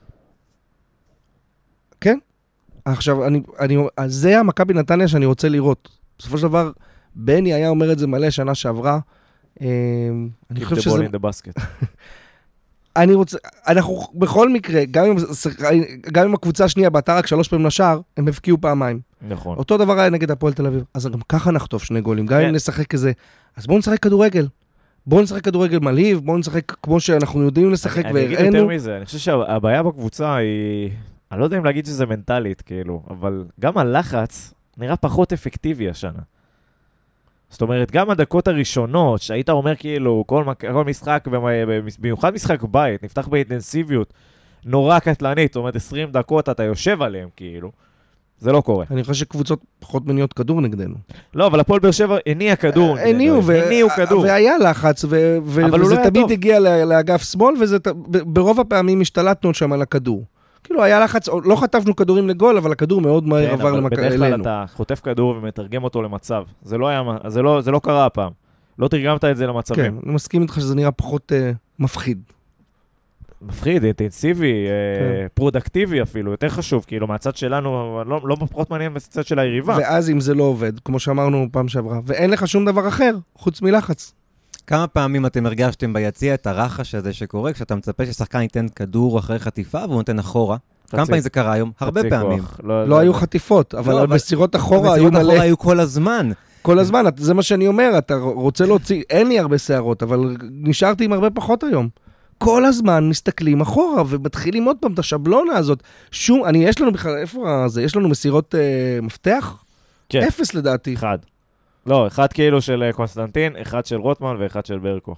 כן. עכשיו, אני, אני, זה המכבי נתניה שאני רוצה לראות. בסופו של דבר, בני היה אומר את זה מלא שנה שעברה. אני חושב שזה... Keep the ball in the basket. אני רוצה, אנחנו בכל מקרה, גם עם, גם עם הקבוצה השנייה באתר רק שלוש פעמים לשער, הם הפקיעו פעמיים. נכון. אותו דבר היה נגד הפועל תל אביב. אז גם ככה נחטוף שני גולים, גם אם נשחק כזה. אז בואו נשחק כדורגל. בואו נשחק כדורגל מלהיב, בואו נשחק כמו שאנחנו יודעים לשחק והראינו. אני אגיד יותר מזה, אני חושב שהבעיה בקבוצה היא... אני לא יודע אם להגיד שזה מנטלית, כאילו, אבל גם הלחץ נראה פחות אפקטיבי השנה. זאת אומרת, גם הדקות הראשונות, שהיית אומר כאילו, כל, כל משחק, במיוחד משחק בית, נפתח באינטנסיביות, נורא קטלנית, זאת אומרת, עשרים דקות אתה יושב עליהם, כאילו. זה לא קורה. אני חושב שקבוצות פחות מניעות כדור נגדנו. לא, אבל הפועל באר שבע הניע כדור. הניעו, והיה לחץ, וזה תמיד הגיע לאגף שמאל, וברוב הפעמים השתלטנו שם על הכדור. כאילו היה לחץ, לא חטפנו כדורים לגול, אבל הכדור מאוד מהר עבר אלינו. בדרך כלל אתה חוטף כדור ומתרגם אותו למצב. זה לא היה, זה לא, זה לא קרה הפעם. לא תרגמת את זה למצבים. כן, אני מסכים איתך שזה נראה פחות מפחיד. מפחיד, אינטנסיבי, פרודקטיבי אפילו, יותר חשוב, כאילו מהצד שלנו, לא פחות מעניין מהצד של היריבה. ואז אם זה לא עובד, כמו שאמרנו פעם שעברה, ואין לך שום דבר אחר, חוץ מלחץ. כמה פעמים אתם הרגשתם ביציע את הרחש הזה שקורה, כשאתה מצפה ששחקן ייתן כדור אחרי חטיפה, והוא נותן אחורה? כמה פעמים זה קרה היום? הרבה פעמים. לא היו חטיפות, אבל המסירות אחורה היו מלא. המסירות אחורה היו כל הזמן. כל הזמן, זה מה שאני אומר, אתה רוצה להוציא, אין לי הרבה שערות, אבל נשארתי עם הרבה פחות היום. כל הזמן מסתכלים אחורה, ומתחילים עוד פעם את השבלונה הזאת. שום, אני, יש לנו בכלל, איפה זה? יש לנו מסירות מפתח? כן. אפס לדעתי. אחד. לא, אחד כאילו של קונסטנטין, אחד של רוטמן ואחד של ברקו.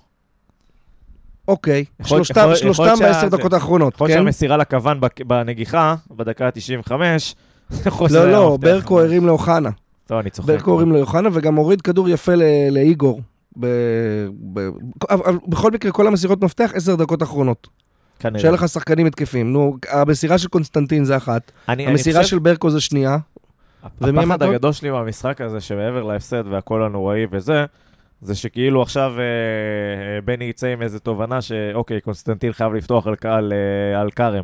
אוקיי, שלושתם בעשר דקות האחרונות, יכול שהמסירה לכוון בנגיחה, בדקה ה-תשעים וחמש, לא, לא, ברקו הרים לאוחנה. טוב, אני צוחק. ברקו הרים לאוחנה, וגם הוריד כדור יפה לאיגור. בכל מקרה, כל המסירות מפתח, עשר דקות האחרונות. שאין לך שחקנים התקפים. נו, המסירה של קונסטנטין זה אחת, המסירה של ברקו זה שנייה. הפחד הגדול שלי במשחק הזה, שמעבר להפסד והכל הנוראי וזה, זה שכאילו עכשיו בני יצא עם איזו תובנה שאוקיי, קונסטנטין חייב לפתוח על קרם.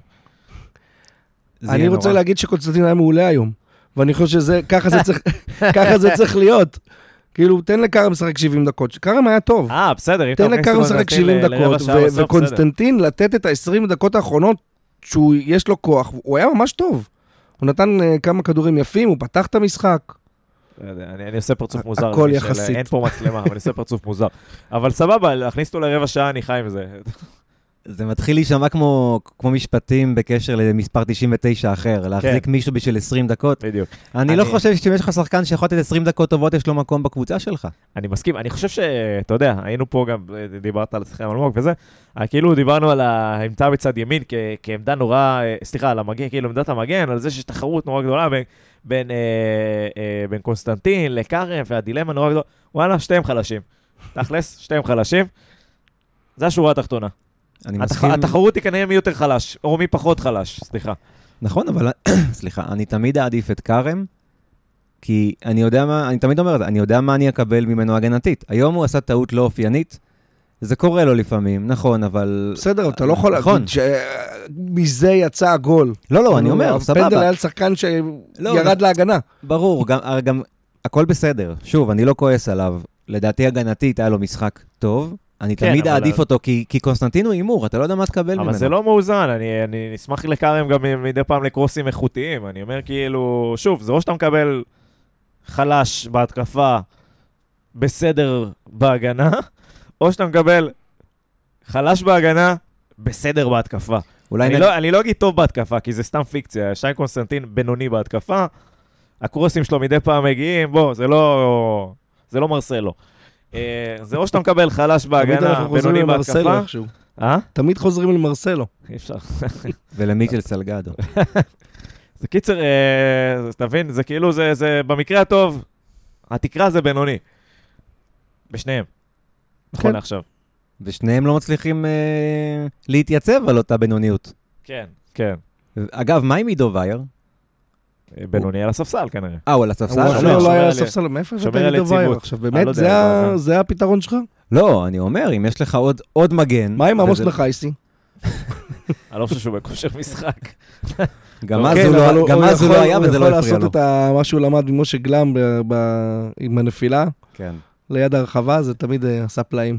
אני רוצה להגיד שקונסטנטין היה מעולה היום, ואני חושב שזה, ככה זה צריך להיות. כאילו, תן לקרם לשחק שבעים דקות. קרם היה טוב. אה, בסדר. תן לקרם לשחק שבעים דקות, וקונסטנטין לתת את ה-עשרים דקות האחרונות, שיש לו כוח, הוא היה ממש טוב. הוא נתן כמה כדורים יפים, הוא פתח את המשחק. אני עושה פרצוף מוזר. הכל יחסית. אין פה מצלמה, אבל אני עושה פרצוף מוזר. אבל סבבה, להכניס אותו לרבע שעה, אני חי עם זה. זה מתחיל להישמע כמו, כמו משפטים בקשר למספר תשעים ותשע אחר, להחזיק מישהו בשביל עשרים דקות. בדיוק. אני לא חושב שאם יש לך שחקן שיכול לתת עשרים דקות טובות, יש לו מקום בקבוצה שלך. אני מסכים, אני חושב שאתה יודע, היינו פה גם, דיברת על השחקן אלמוג וזה, כאילו דיברנו על העמדה בצד ימין כעמדה נורא, סליחה, על המגן, כאילו עמדת המגן, על זה שיש תחרות נורא גדולה בין בין קונסטנטין לקרם, והדילמה נורא גדולה, וואלה, שתיהם חלשים. תכלס, שתיהם חלשים. זה השורה התחתונה. התחרות היא כנראה מי יותר חלש, או מי פחות חלש, סליחה. נכון, אבל, סליחה, אני תמיד אעדיף את קרם, כי אני יודע מה, אני תמיד אומר את זה, אני יודע מה אני אקבל ממנו הגנתית. היום הוא עשה טעות לא אופיינית, זה קורה לו לפעמים, נכון, אבל... בסדר, אתה לא יכול להגיד שמזה יצא הגול. לא, לא, אני אומר, סבבה. פנדל היה לשחקן שירד להגנה. ברור, גם הכל בסדר. שוב, אני לא כועס עליו. לדעתי הגנתית היה לו משחק טוב. אני תמיד אעדיף אותו, כי קונסטנטין הוא אימור, אתה לא יודע מה תקבל ממנו. אבל זה לא מאוזן, אני נשמח לקרם גם מדי פעם לקרוסים איכותיים. אני אומר כאילו, שוב, זה או שאתה מקבל חלש בהתקפה, בסדר בהגנה, או שאתה מקבל חלש בהגנה, בסדר בהתקפה. אני לא, אני לא אגיד טוב בהתקפה, כי זה סתם פיקציה. שי קונסטנטין בינוני בהתקפה, הקרוסים שלו מדי פעם מגיעים, בוא, זה לא, זה לא מרסלו. זה או שאתה מקבל חלש בהגנה, בינוני בהתקפה. תמיד חוזרים למרסלו. אי אפשר. ולמיטל סלגדו. זה קיצר, תבין, זה כאילו, זה במקרה הטוב, התקרה זה בינוני. בשניהם. נכון עכשיו. ושניהם לא מצליחים אה, להתייצב על אותה בינוניות. כן, כן. אגב, מה עם עידו וייר? בינוני על הספסל כנראה. אה, הוא על הספסל? הוא שומר- אפילו לא שומר היה על- הספסל, מאיפה הבאת שומר על עידו וייר יציבות. עכשיו? אני באמת, לא זה יודע, ה- אבל- זה הפתרון שלך? לא, אני אומר, אם יש לך עוד, עוד מגן... מה עם עמוס וזה- נחייסי? אני לא חושב שהוא בכושר משחק. גם אז כן, הוא אבל לא- גם אז הוא יכול- לא היה וזה לא הוא יכול הפריע לו. לעשות את ה- מה שהוא למד ממשה גלם ב- ב- עם הנפילה, כן. ליד הרחבה, זה תמיד אה, עשה פלאים.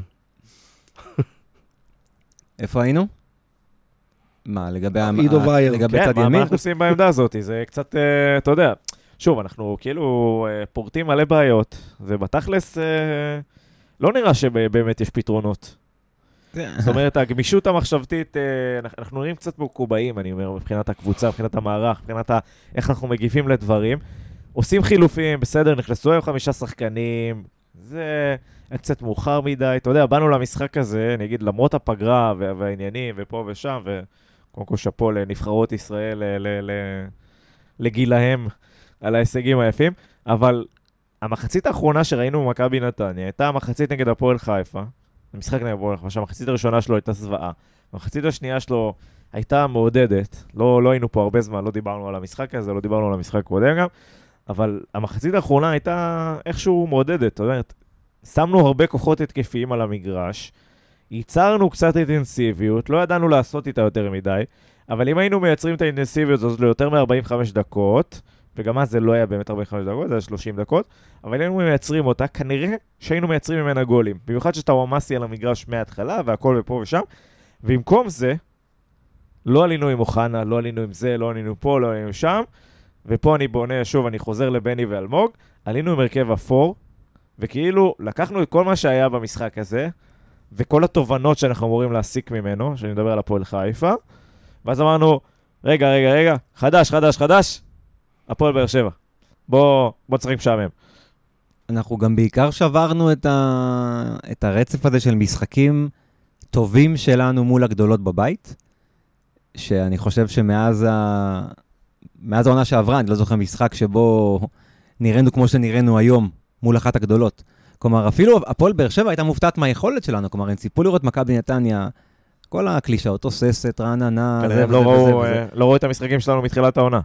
איפה היינו? מה, לגבי... ה- עידו ה- וייר. לגבי כן, צד מה מה ימין? אנחנו עושים בעמדה הזאת? זה קצת, אה, אתה יודע, שוב, אנחנו כאילו אה, פורטים מלא בעיות, ובתכלס אה, לא נראה שבאמת יש פתרונות. זאת אומרת, הגמישות המחשבתית, אה, אנחנו- אנחנו נראים קצת מקובעים, אני אומר, מבחינת הקבוצה, מבחינת המערך, מבחינת ה- איך אנחנו מגיבים לדברים. עושים חילופים, בסדר, נכנסו היום חמישה שחקנים, זה היה קצת מאוחר מדי. אתה יודע, באנו למשחק הזה, אני אגיד, למרות הפגרה וה- והעניינים ופה ושם, וקודם כל שאפו לנבחרות ישראל, ל- ל- ל- לגילהם, על ההישגים היפים, אבל המחצית האחרונה שראינו במכבי נתניה, הייתה המחצית נגד הפועל חיפה, המשחק נגד הפועל חיפה, שהמחצית הראשונה שלו הייתה זוועה, המחצית השנייה שלו הייתה מעודדת, לא, לא היינו פה הרבה זמן, לא דיברנו על המשחק הזה, לא דיברנו על המשחק קודם גם, אבל המחצית האחרונה הייתה איכשהו מעודדת, זאת אומרת, שמנו הרבה כוחות התקפיים על המגרש, ייצרנו קצת אינטנסיביות, לא ידענו לעשות איתה יותר מדי, אבל אם היינו מייצרים את האינטנסיביות הזאת ליותר מ-ארבעים וחמש דקות, וגם אז זה לא היה באמת ארבעים וחמש דקות, זה היה שלושים דקות, אבל אם היינו מייצרים אותה, כנראה שהיינו מייצרים ממנה גולים. במיוחד שאתה וואמאסי על המגרש מההתחלה, והכל ופה ושם, ובמקום זה, לא עלינו עם אוחנה, לא עלינו עם זה, לא עלינו פה, לא עלינו שם, ופה אני בונה, שוב, אני חוזר לבני ואלמוג, עלינו עם הרכב אפור, וכאילו לקחנו את כל מה שהיה במשחק הזה, וכל התובנות שאנחנו אמורים להסיק ממנו, שאני מדבר על הפועל חיפה, ואז אמרנו, רגע, רגע, רגע, חדש, חדש, חדש, הפועל באר שבע. בוא, בוא נצחק משעמם. אנחנו גם בעיקר שברנו את, ה... את הרצף הזה של משחקים טובים שלנו מול הגדולות בבית, שאני חושב שמאז ה... מאז העונה שעברה, אני לא זוכר משחק שבו נראינו כמו שנראינו היום מול אחת הגדולות. כלומר, אפילו הפועל באר שבע הייתה מופתעת מהיכולת שלנו, כלומר, הם ציפו לראות מכבי נתניה, כל הקלישאות, תוססת, רעננה, כנראה הם לא ראו, אה, לא ראו את המשחקים שלנו מתחילת העונה.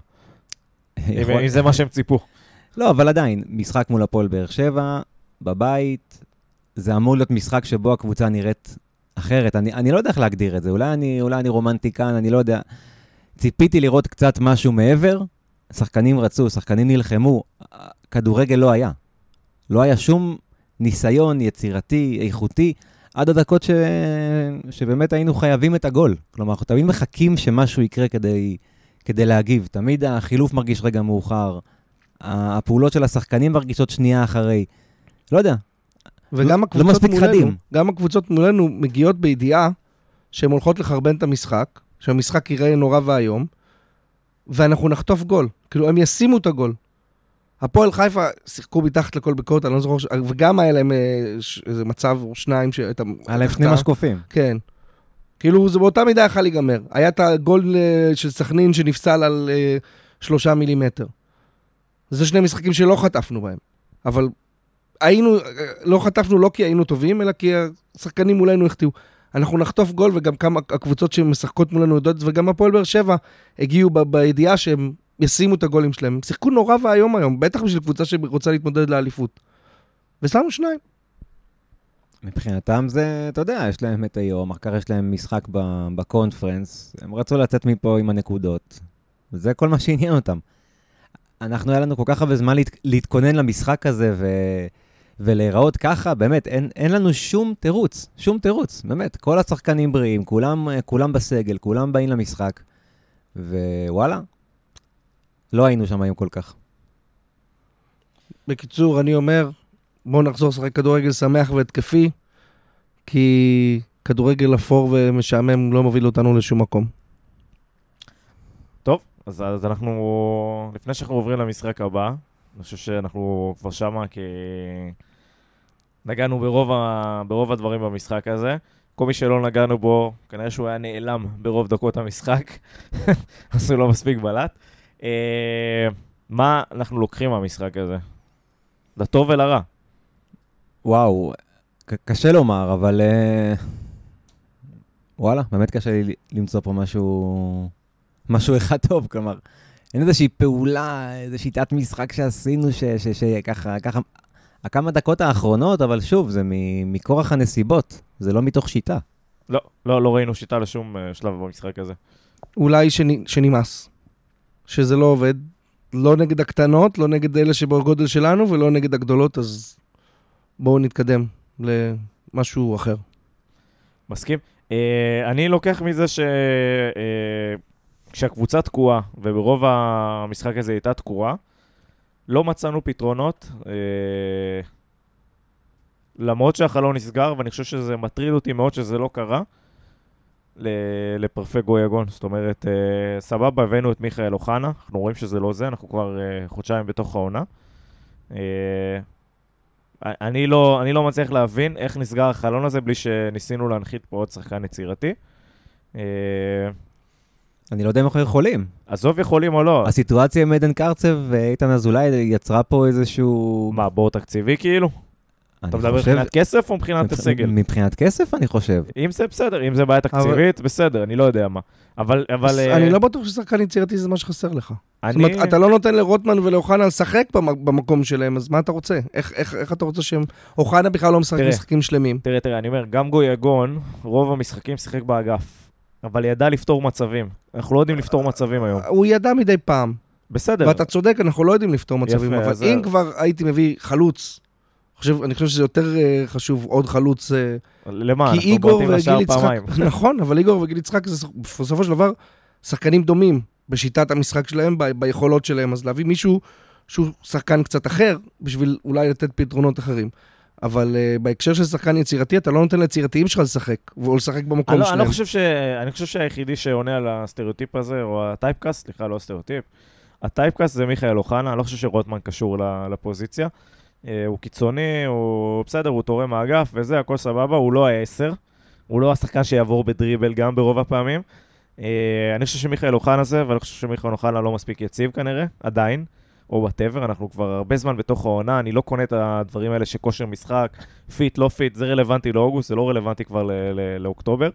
אם אם זה מה שהם ציפו. לא, אבל עדיין, משחק מול הפועל באר שבע, בבית, זה אמור להיות משחק שבו הקבוצה נראית אחרת. אני, אני לא יודע איך להגדיר את זה, אולי אני, אולי אני רומנטיקן, אני לא יודע. ציפיתי לראות קצת משהו מעבר, שחקנים רצו, שחקנים נלחמו, כדורגל לא היה. לא היה שום ניסיון יצירתי, איכותי, עד הדקות ש... שבאמת היינו חייבים את הגול. כלומר, אנחנו תמיד מחכים שמשהו יקרה כדי, כדי להגיב. תמיד החילוף מרגיש רגע מאוחר, הפעולות של השחקנים מרגישות שנייה אחרי. לא יודע. וגם לא הקבוצות מספיק מולנו, חדים. גם הקבוצות מולנו מגיעות בידיעה שהן הולכות לחרבן את המשחק, שהמשחק ייראה נורא והיום, ואנחנו נחטוף גול. כאילו, הם ישימו את הגול. הפועל חיפה שיחקו מתחת לכל ביקורת, אני לא זוכר, וגם היה להם איזה מצב או שניים שהייתה... היה להם שני משקופים. כן. כאילו, זה באותה מידה יכול להיגמר. היה את הגול של סכנין שנפסל על שלושה מילימטר. זה שני משחקים שלא חטפנו בהם. אבל היינו, לא חטפנו לא כי היינו טובים, אלא כי השחקנים מולנו החטיאו. אנחנו נחטוף גול, וגם כמה הקבוצות שמשחקות מולנו יודעות, וגם הפועל באר שבע הגיעו ב- בידיעה שהם ישימו את הגולים שלהם. הם שיחקו נורא והיום היום, בטח בשביל קבוצה שרוצה להתמודד לאליפות. ושמו שניים. מבחינתם זה, אתה יודע, יש להם את היום, אחר יש להם משחק ב- בקונפרנס, הם רצו לצאת מפה עם הנקודות, וזה כל מה שעניין אותם. אנחנו, היה לנו כל כך הרבה זמן להת, להתכונן למשחק הזה ו, ולהיראות ככה, באמת, אין, אין לנו שום תירוץ, שום תירוץ, באמת, כל השחקנים בריאים, כולם, כולם בסגל, כולם באים למשחק, ווואלה, לא היינו שם היום כל כך. בקיצור, אני אומר, בואו נחזור לשחק כדורגל שמח והתקפי, כי כדורגל אפור ומשעמם לא מוביל אותנו לשום מקום. טוב, אז, אז אנחנו, לפני שאנחנו עוברים למשחק הבא, אני חושב שאנחנו כבר שמה, כי נגענו ברוב, ה, ברוב הדברים במשחק הזה. כל מי שלא נגענו בו, כנראה שהוא היה נעלם ברוב דקות המשחק, אז הוא לא מספיק בלט. אה, מה אנחנו לוקחים מהמשחק הזה? לטוב ולרע. וואו, קשה לומר, אבל וואלה, באמת קשה לי למצוא פה משהו, משהו אחד טוב, כלומר, אין איזושהי פעולה, איזו שיטת משחק שעשינו, שככה, ככה, הכמה דקות האחרונות, אבל שוב, זה מכורח הנסיבות, זה לא מתוך שיטה. לא, לא, לא ראינו שיטה לשום שלב במשחק הזה. אולי שנמאס, שזה לא עובד, לא נגד הקטנות, לא נגד אלה שבגודל שלנו, ולא נגד הגדולות, אז בואו נתקדם למשהו אחר. מסכים. אני לוקח מזה ש... כשהקבוצה תקועה, וברוב המשחק הזה הייתה תקועה, לא מצאנו פתרונות, למרות שהחלון נסגר, ואני חושב שזה מטריד אותי מאוד שזה לא קרה, לפרפק גויגון. זאת אומרת, סבבה, הבאנו את מיכאל אוחנה, אנחנו רואים שזה לא זה, אנחנו כבר חודשיים בתוך העונה. אני לא, אני לא מצליח להבין איך נסגר החלון הזה בלי שניסינו להנחית פה עוד שחקן יצירתי. אני לא יודע אם אנחנו יכולים. עזוב יכולים או לא. הסיטואציה עם עדן קרצב ואיתן אזולאי יצרה פה איזשהו... מה, בור תקציבי כאילו? אתה מדבר מבחינת כסף או מבחינת הסגל? מבחינת כסף אני חושב. אם זה בסדר, אם זה בעיה תקציבית, בסדר, אני לא יודע מה. אבל... אני לא בטוח ששחקן יצירתי זה מה שחסר לך. זאת אומרת, אתה לא נותן לרוטמן ולאוחנה לשחק במקום שלהם, אז מה אתה רוצה? איך אתה רוצה שהם... אוחנה בכלל לא משחק משחקים שלמים. תראה, תראה, אני אומר, גם גויגון, רוב המשחקים שיחק באגף, אבל ידע לפתור מצבים. אנחנו לא יודעים לפתור מצבים היום. הוא ידע מדי פעם. בסדר. ואתה צודק, אנחנו לא יודעים לפתור מצבים, אבל אם כבר הייתי מביא חלוץ, אני חושב שזה יותר חשוב, עוד חלוץ. למה? אנחנו בורטים לשאר פעמיים. נכון, אבל איגור וגיל יצחק זה בסופו של דבר שחקנים דומים בשיטת המשחק שלהם, ביכולות שלהם, אז להביא מישהו שהוא שחקן קצת אחר, בשביל אולי לתת פתרונות אחרים. אבל בהקשר של שחקן יצירתי, אתה לא נותן ליצירתיים שלך לשחק, או לשחק במקום שלהם. אני לא חושב ש... אני חושב שהיחידי שעונה על הסטריאוטיפ הזה, או הטייפקאסט, סליחה, לא הסטריאוטיפ, הטייפקאסט זה מיכאל אוחנה, אני לא חושב שרוטמן קשור לפוזיציה. הוא קיצוני, הוא בסדר, הוא תורם מהאגף, וזה, הכל סבבה, הוא לא העשר, הוא לא השחקן שיעבור בדריבל גם ברוב הפעמים. אני חושב שמיכאל אוחנה זה, ואני חושב שמיכאל אוחנה לא מספיק יציב כנראה, עדיין, או whatever, אנחנו כבר הרבה זמן בתוך העונה, אני לא קונה את הדברים האלה שכושר משחק, פיט, לא פיט, זה רלוונטי לאוגוסט, זה לא רלוונטי כבר לאוקטובר.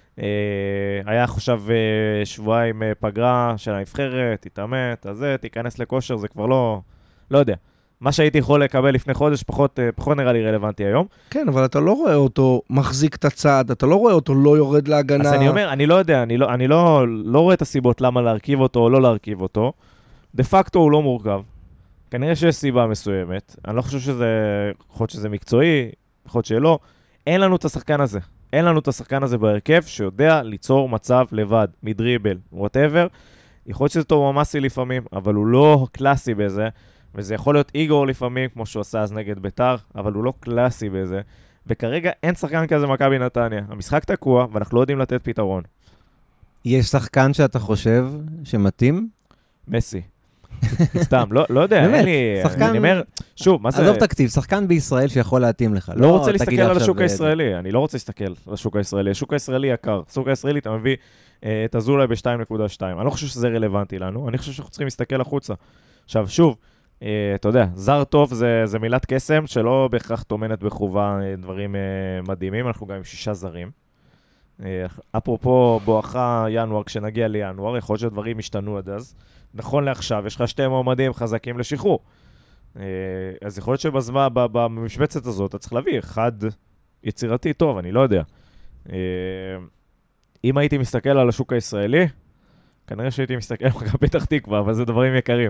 היה עכשיו שבועיים פגרה של הנבחרת, תתאמת, אז זה, תיכנס לכושר, זה כבר לא, לא יודע. מה שהייתי יכול לקבל לפני חודש, פחות, פחות נראה לי רלוונטי היום. כן, אבל אתה לא רואה אותו מחזיק את הצעד, אתה לא רואה אותו לא יורד להגנה. אז אני אומר, אני לא יודע, אני לא, אני לא, לא רואה את הסיבות למה להרכיב אותו או לא להרכיב אותו. דה פקטו הוא לא מורכב. כנראה שיש סיבה מסוימת. אני לא חושב שזה, יכול להיות שזה מקצועי, יכול להיות שלא. אין לנו את השחקן הזה. אין לנו את השחקן הזה בהרכב שיודע ליצור מצב לבד, מדריבל, whatever. יכול להיות שזה טוב ממסי לפעמים, אבל הוא לא קלאסי בזה. וזה יכול להיות איגור לפעמים, כמו שהוא עשה אז נגד ביתר, אבל הוא לא קלאסי בזה. וכרגע אין שחקן כזה מכבי נתניה. המשחק תקוע, ואנחנו לא יודעים לתת פתרון. יש שחקן שאתה חושב שמתאים? מסי. סתם, לא, לא יודע, באמת, אין לי... שחקן... אני אומר, שוב, מה זה... עזוב תקציב, שחקן בישראל שיכול להתאים לך. לא, לא רוצה להסתכל על השוק הישראלי, אני לא רוצה להסתכל על השוק הישראלי. השוק הישראלי יקר. השוק הישראלי, אתה מביא אה, את הזולה ב-שתיים נקודה שתיים. אני לא חושב שזה רלוונטי לנו, אני חושב שאנחנו צריכים להסתכל החוצה. עכשיו, שוב, Uh, אתה יודע, זר טוב זה, זה מילת קסם שלא בהכרח תומנת בחובה uh, דברים uh, מדהימים, אנחנו גם עם שישה זרים. Uh, אפרופו בואכה ינואר, כשנגיע לינואר, יכול להיות שהדברים ישתנו עד אז. נכון לעכשיו, יש לך שתי מועמדים חזקים לשחרור. Uh, אז יכול להיות שבזמן, במשבצת הזאת, אתה צריך להביא אחד יצירתי טוב, אני לא יודע. Uh, אם הייתי מסתכל על השוק הישראלי, כנראה שהייתי מסתכל על פתח תקווה, אבל זה דברים יקרים.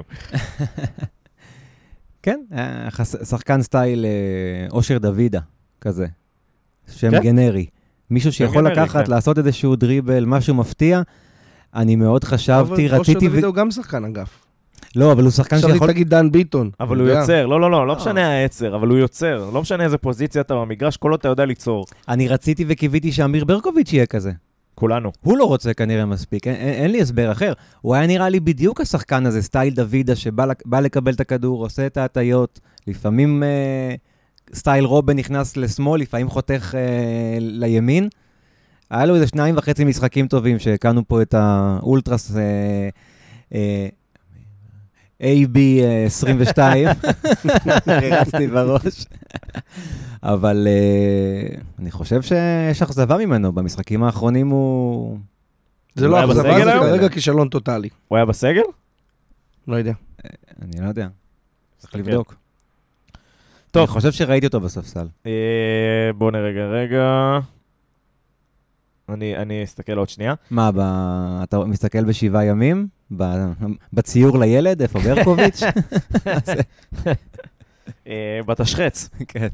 כן, שחקן סטייל אושר דוידה, כזה, שם גנרי. מישהו שיכול לקחת, לעשות איזשהו דריבל, משהו מפתיע. אני מאוד חשבתי, רציתי... אושר דוידה הוא גם שחקן אגף. לא, אבל הוא שחקן שיכול... עכשיו תגיד דן ביטון. אבל הוא יוצר, לא, לא, לא, לא משנה העצר, אבל הוא יוצר. לא משנה איזה פוזיציה אתה במגרש, כל עוד אתה יודע ליצור. אני רציתי וקיוויתי שאמיר ברקוביץ' יהיה כזה. כולנו. הוא לא רוצה כנראה מספיק, אין, אין לי הסבר אחר. הוא היה נראה לי בדיוק השחקן הזה, סטייל דוידה, שבא לקבל את הכדור, עושה את ההטיות, לפעמים אה, סטייל רובן נכנס לשמאל, לפעמים חותך אה, לימין. היה לו איזה שניים וחצי משחקים טובים, שהקנו פה את האולטרס אה, אה, איי בי עשרים ושתיים, הרצתי בראש. אבל uh, אני חושב שיש אכזבה ממנו. במשחקים האחרונים הוא... זה לא אכזבה, זה כרגע כישלון טוטלי. הוא היה בסגל? לא יודע. אני לא יודע. צריך לבדוק. טוב. אני חושב שראיתי אותו בספסל. בוא נרגע, רגע. אני, אני אסתכל עוד שנייה. מה, ב... אתה מסתכל בשבעה ימים? ב... בציור לילד? איפה ברקוביץ'? בתשחץ. כן.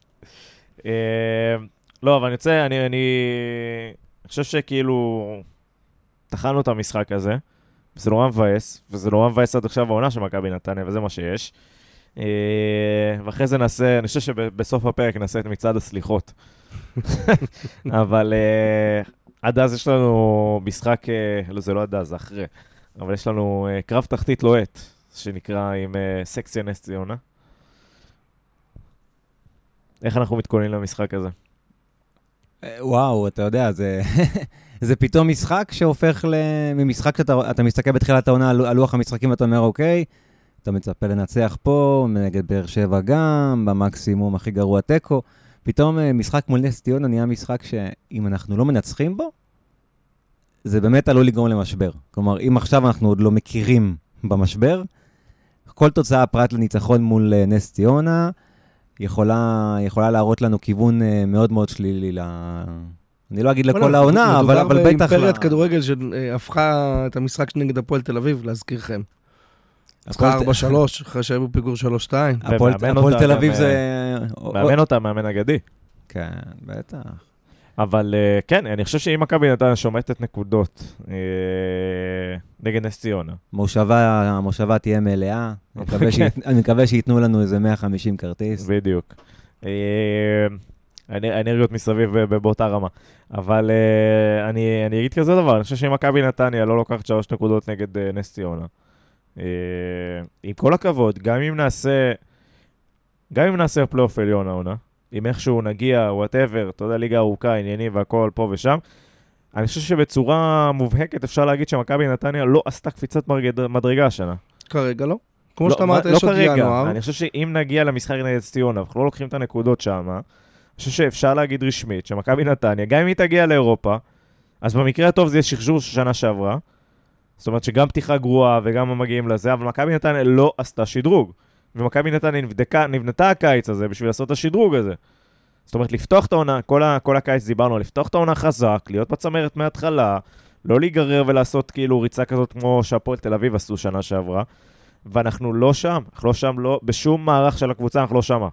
לא, אבל אני רוצה, אני, אני חושב שכאילו תחלנו את המשחק הזה, וזה נורא מבאס, וזה נורא מבאס עד עכשיו העונה של מכבי נתניה, וזה מה שיש. ואחרי זה נעשה, אני חושב שבסוף הפרק נעשה את מצעד הסליחות. אבל עד אז יש לנו משחק, לא, זה לא עד אז, זה אחרי, אבל יש לנו קרב תחתית לוהט, שנקרא עם סקציה נס ציונה. איך אנחנו מתכוננים למשחק הזה? וואו, אתה יודע, זה, זה פתאום משחק שהופך ממשחק שאתה אתה מסתכל בתחילת העונה על לוח המשחקים ואתה אומר, אוקיי, אתה מצפה לנצח פה, נגד באר שבע גם, במקסימום הכי גרוע טקו. פתאום משחק מול נס ציונה נהיה משחק שאם אנחנו לא מנצחים בו, זה באמת עלול לגרום למשבר. כלומר, אם עכשיו אנחנו עוד לא מכירים במשבר, כל תוצאה פרט לניצחון מול נס ציונה, יכולה, יכולה להראות לנו כיוון מאוד מאוד שלילי ל... אני לא אגיד לכל העונה, אבל, אבל בטח... מדובר באימפריית כדורגל שהפכה את המשחק נגד הפועל תל אביב, להזכירכם. צריכה ארבע שלוש, אחרי שהיו בפיגור שלוש שתיים. הפועל תל אביב זה... מאמן אותה, מאמן אגדי. כן, בטח. אבל כן, אני חושב שאם מכבי נתניה שומטת נקודות נגד נס ציונה. המושבה תהיה מלאה. אני מקווה שייתנו לנו איזה מאה וחמישים כרטיס. בדיוק. האנרגיות מסביב באותה רמה. אבל אני אגיד כזה דבר, אני חושב שאם מכבי נתניה לא לוקחת שלוש נקודות נגד נס ציונה, עם כל הכבוד, גם אם נעשה, גם אם נעשה פלייאוף עליון העונה, אם איכשהו נגיע, whatever, אתה יודע, ליגה ארוכה, עניינים והכל פה ושם, אני חושב שבצורה מובהקת אפשר להגיד שמכבי נתניה לא עשתה קפיצת מדרגה השנה. כרגע לא. כמו שאתה אמרת, יש עוד ינואר. אני חושב שאם נגיע למשחק נגד ציונה, אנחנו לא לוקחים את הנקודות שם, אני חושב שאפשר להגיד רשמית שמכבי נתניה, גם אם היא תגיע לאירופה, אז במקרה הטוב זה יהיה שחזור שנה שעברה, זאת אומרת שגם פתיחה גרועה וגם מגיעים לזה, אבל מכבי נתניה לא עשתה שדרוג. ומכבי נתניה נבדקה, נבנתה הקיץ הזה בשביל לעשות את השדרוג הזה. זאת אומרת, לפתוח את העונה, כל, ה, כל הקיץ דיברנו, לפתוח את העונה חזק, להיות בצמרת מההתחלה, לא להיגרר ולעשות כאילו ריצה כזאת כמו שהפועל תל אביב עשו שנה שעברה, ואנחנו לא שם, אנחנו לא שם, לא, בשום מערך של הקבוצה אנחנו לא שמה.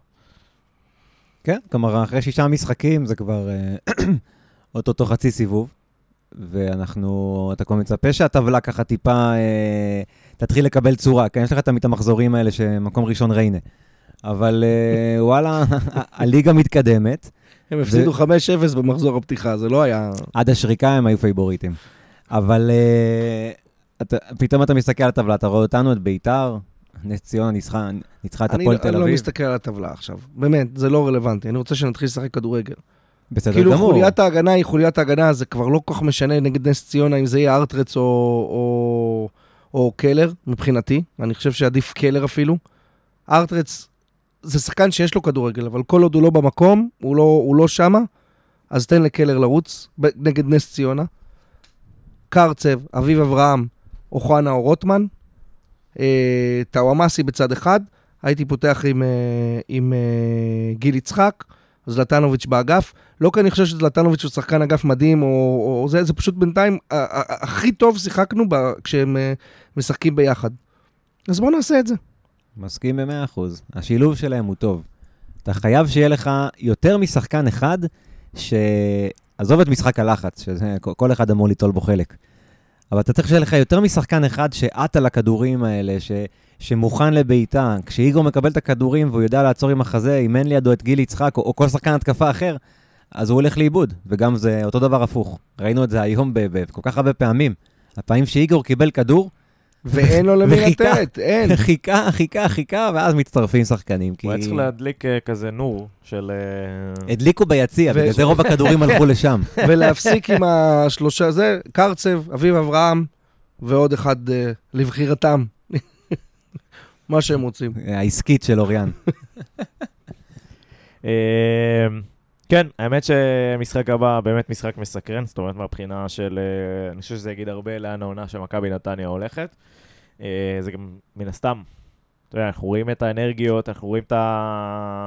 כן, כלומר, אחרי שישה משחקים זה כבר אותו חצי סיבוב, ואנחנו, אתה כבר מצפה שהטבלה ככה טיפה אה, תתחיל לקבל צורה, כן, יש לך תמיד המחזורים האלה שמקום ראשון ריינה, אבל אה, וואלה, הליגה מתקדמת. הם הפסידו ו... חמש אפס במחזור הפתיחה, זה לא היה... עד השריקה הם היו פייבוריטים. אבל אה, אתה, פתאום אתה מסתכל על הטבלה, אתה רואה אותנו, את ביתר, נס ציונה ניצחה, ניצחה את הפועל תל אביב. אני לא מסתכל על הטבלה עכשיו, באמת, זה לא רלוונטי, אני רוצה שנתחיל לשחק כדורגל. בסדר כאילו גמור. חוליית ההגנה היא חוליית ההגנה, זה כבר לא כל כך משנה נגד נס ציונה, אם זה יהיה ארטרץ או, או, או קלר, מבחינתי. אני חושב שעדיף קלר אפילו. ארטרץ זה שחקן שיש לו כדורגל, אבל כל עוד הוא לא במקום, הוא לא, הוא לא שמה, אז תן לקלר לרוץ נגד נס ציונה. קרצב, אביב אברהם, אוחנה או רוטמן, אה, טאוואמאסי בצד אחד, הייתי פותח עם, אה, עם אה, גיל יצחק, זלטנוביץ' באגף. לא כי אני חושב שזלטנוביץ' הוא שחקן אגף מדהים, או, או זה, זה פשוט בינתיים, הכי טוב שיחקנו בה, כשהם משחקים ביחד. אז בוא נעשה את זה. מסכים ב-מאה אחוז. השילוב שלהם הוא טוב. אתה חייב שיהיה לך יותר משחקן אחד, שעזוב את משחק הלחץ, שכל אחד אמור ליטול בו חלק. אבל אתה צריך שיהיה לך יותר משחקן אחד שעט על הכדורים האלה, ש... שמוכן לביתה. כשאיגור מקבל את הכדורים והוא יודע לעצור עם החזה, אם אין לידו את גיל יצחק או, או כל שחקן התקפה אחר, אז הוא הולך לאיבוד. וגם זה אותו דבר הפוך. ראינו את זה היום בכל כך הרבה פעמים. הפעמים שאיגור קיבל כדור, ואין לו למי לתת, אין. חיכה, חיכה, חיכה, ואז מצטרפים שחקנים. הוא היה צריך להדליק כזה נור של... הדליקו ביציע, בגלל זה רוב הכדורים הלכו לשם. ולהפסיק עם השלושה, זה קרצב, אביב אברהם, ועוד אחד לבחירתם. מה שהם רוצים. העסקית של אוריאן. כן, האמת שמשחק הבא באמת משחק מסקרן, זאת אומרת מהבחינה של, אני חושב שזה יגיד הרבה לאן העונה שמכבי נתניה הולכת. זה גם מן הסתם, אתה יודע, אנחנו רואים את האנרגיות, אנחנו רואים את ה...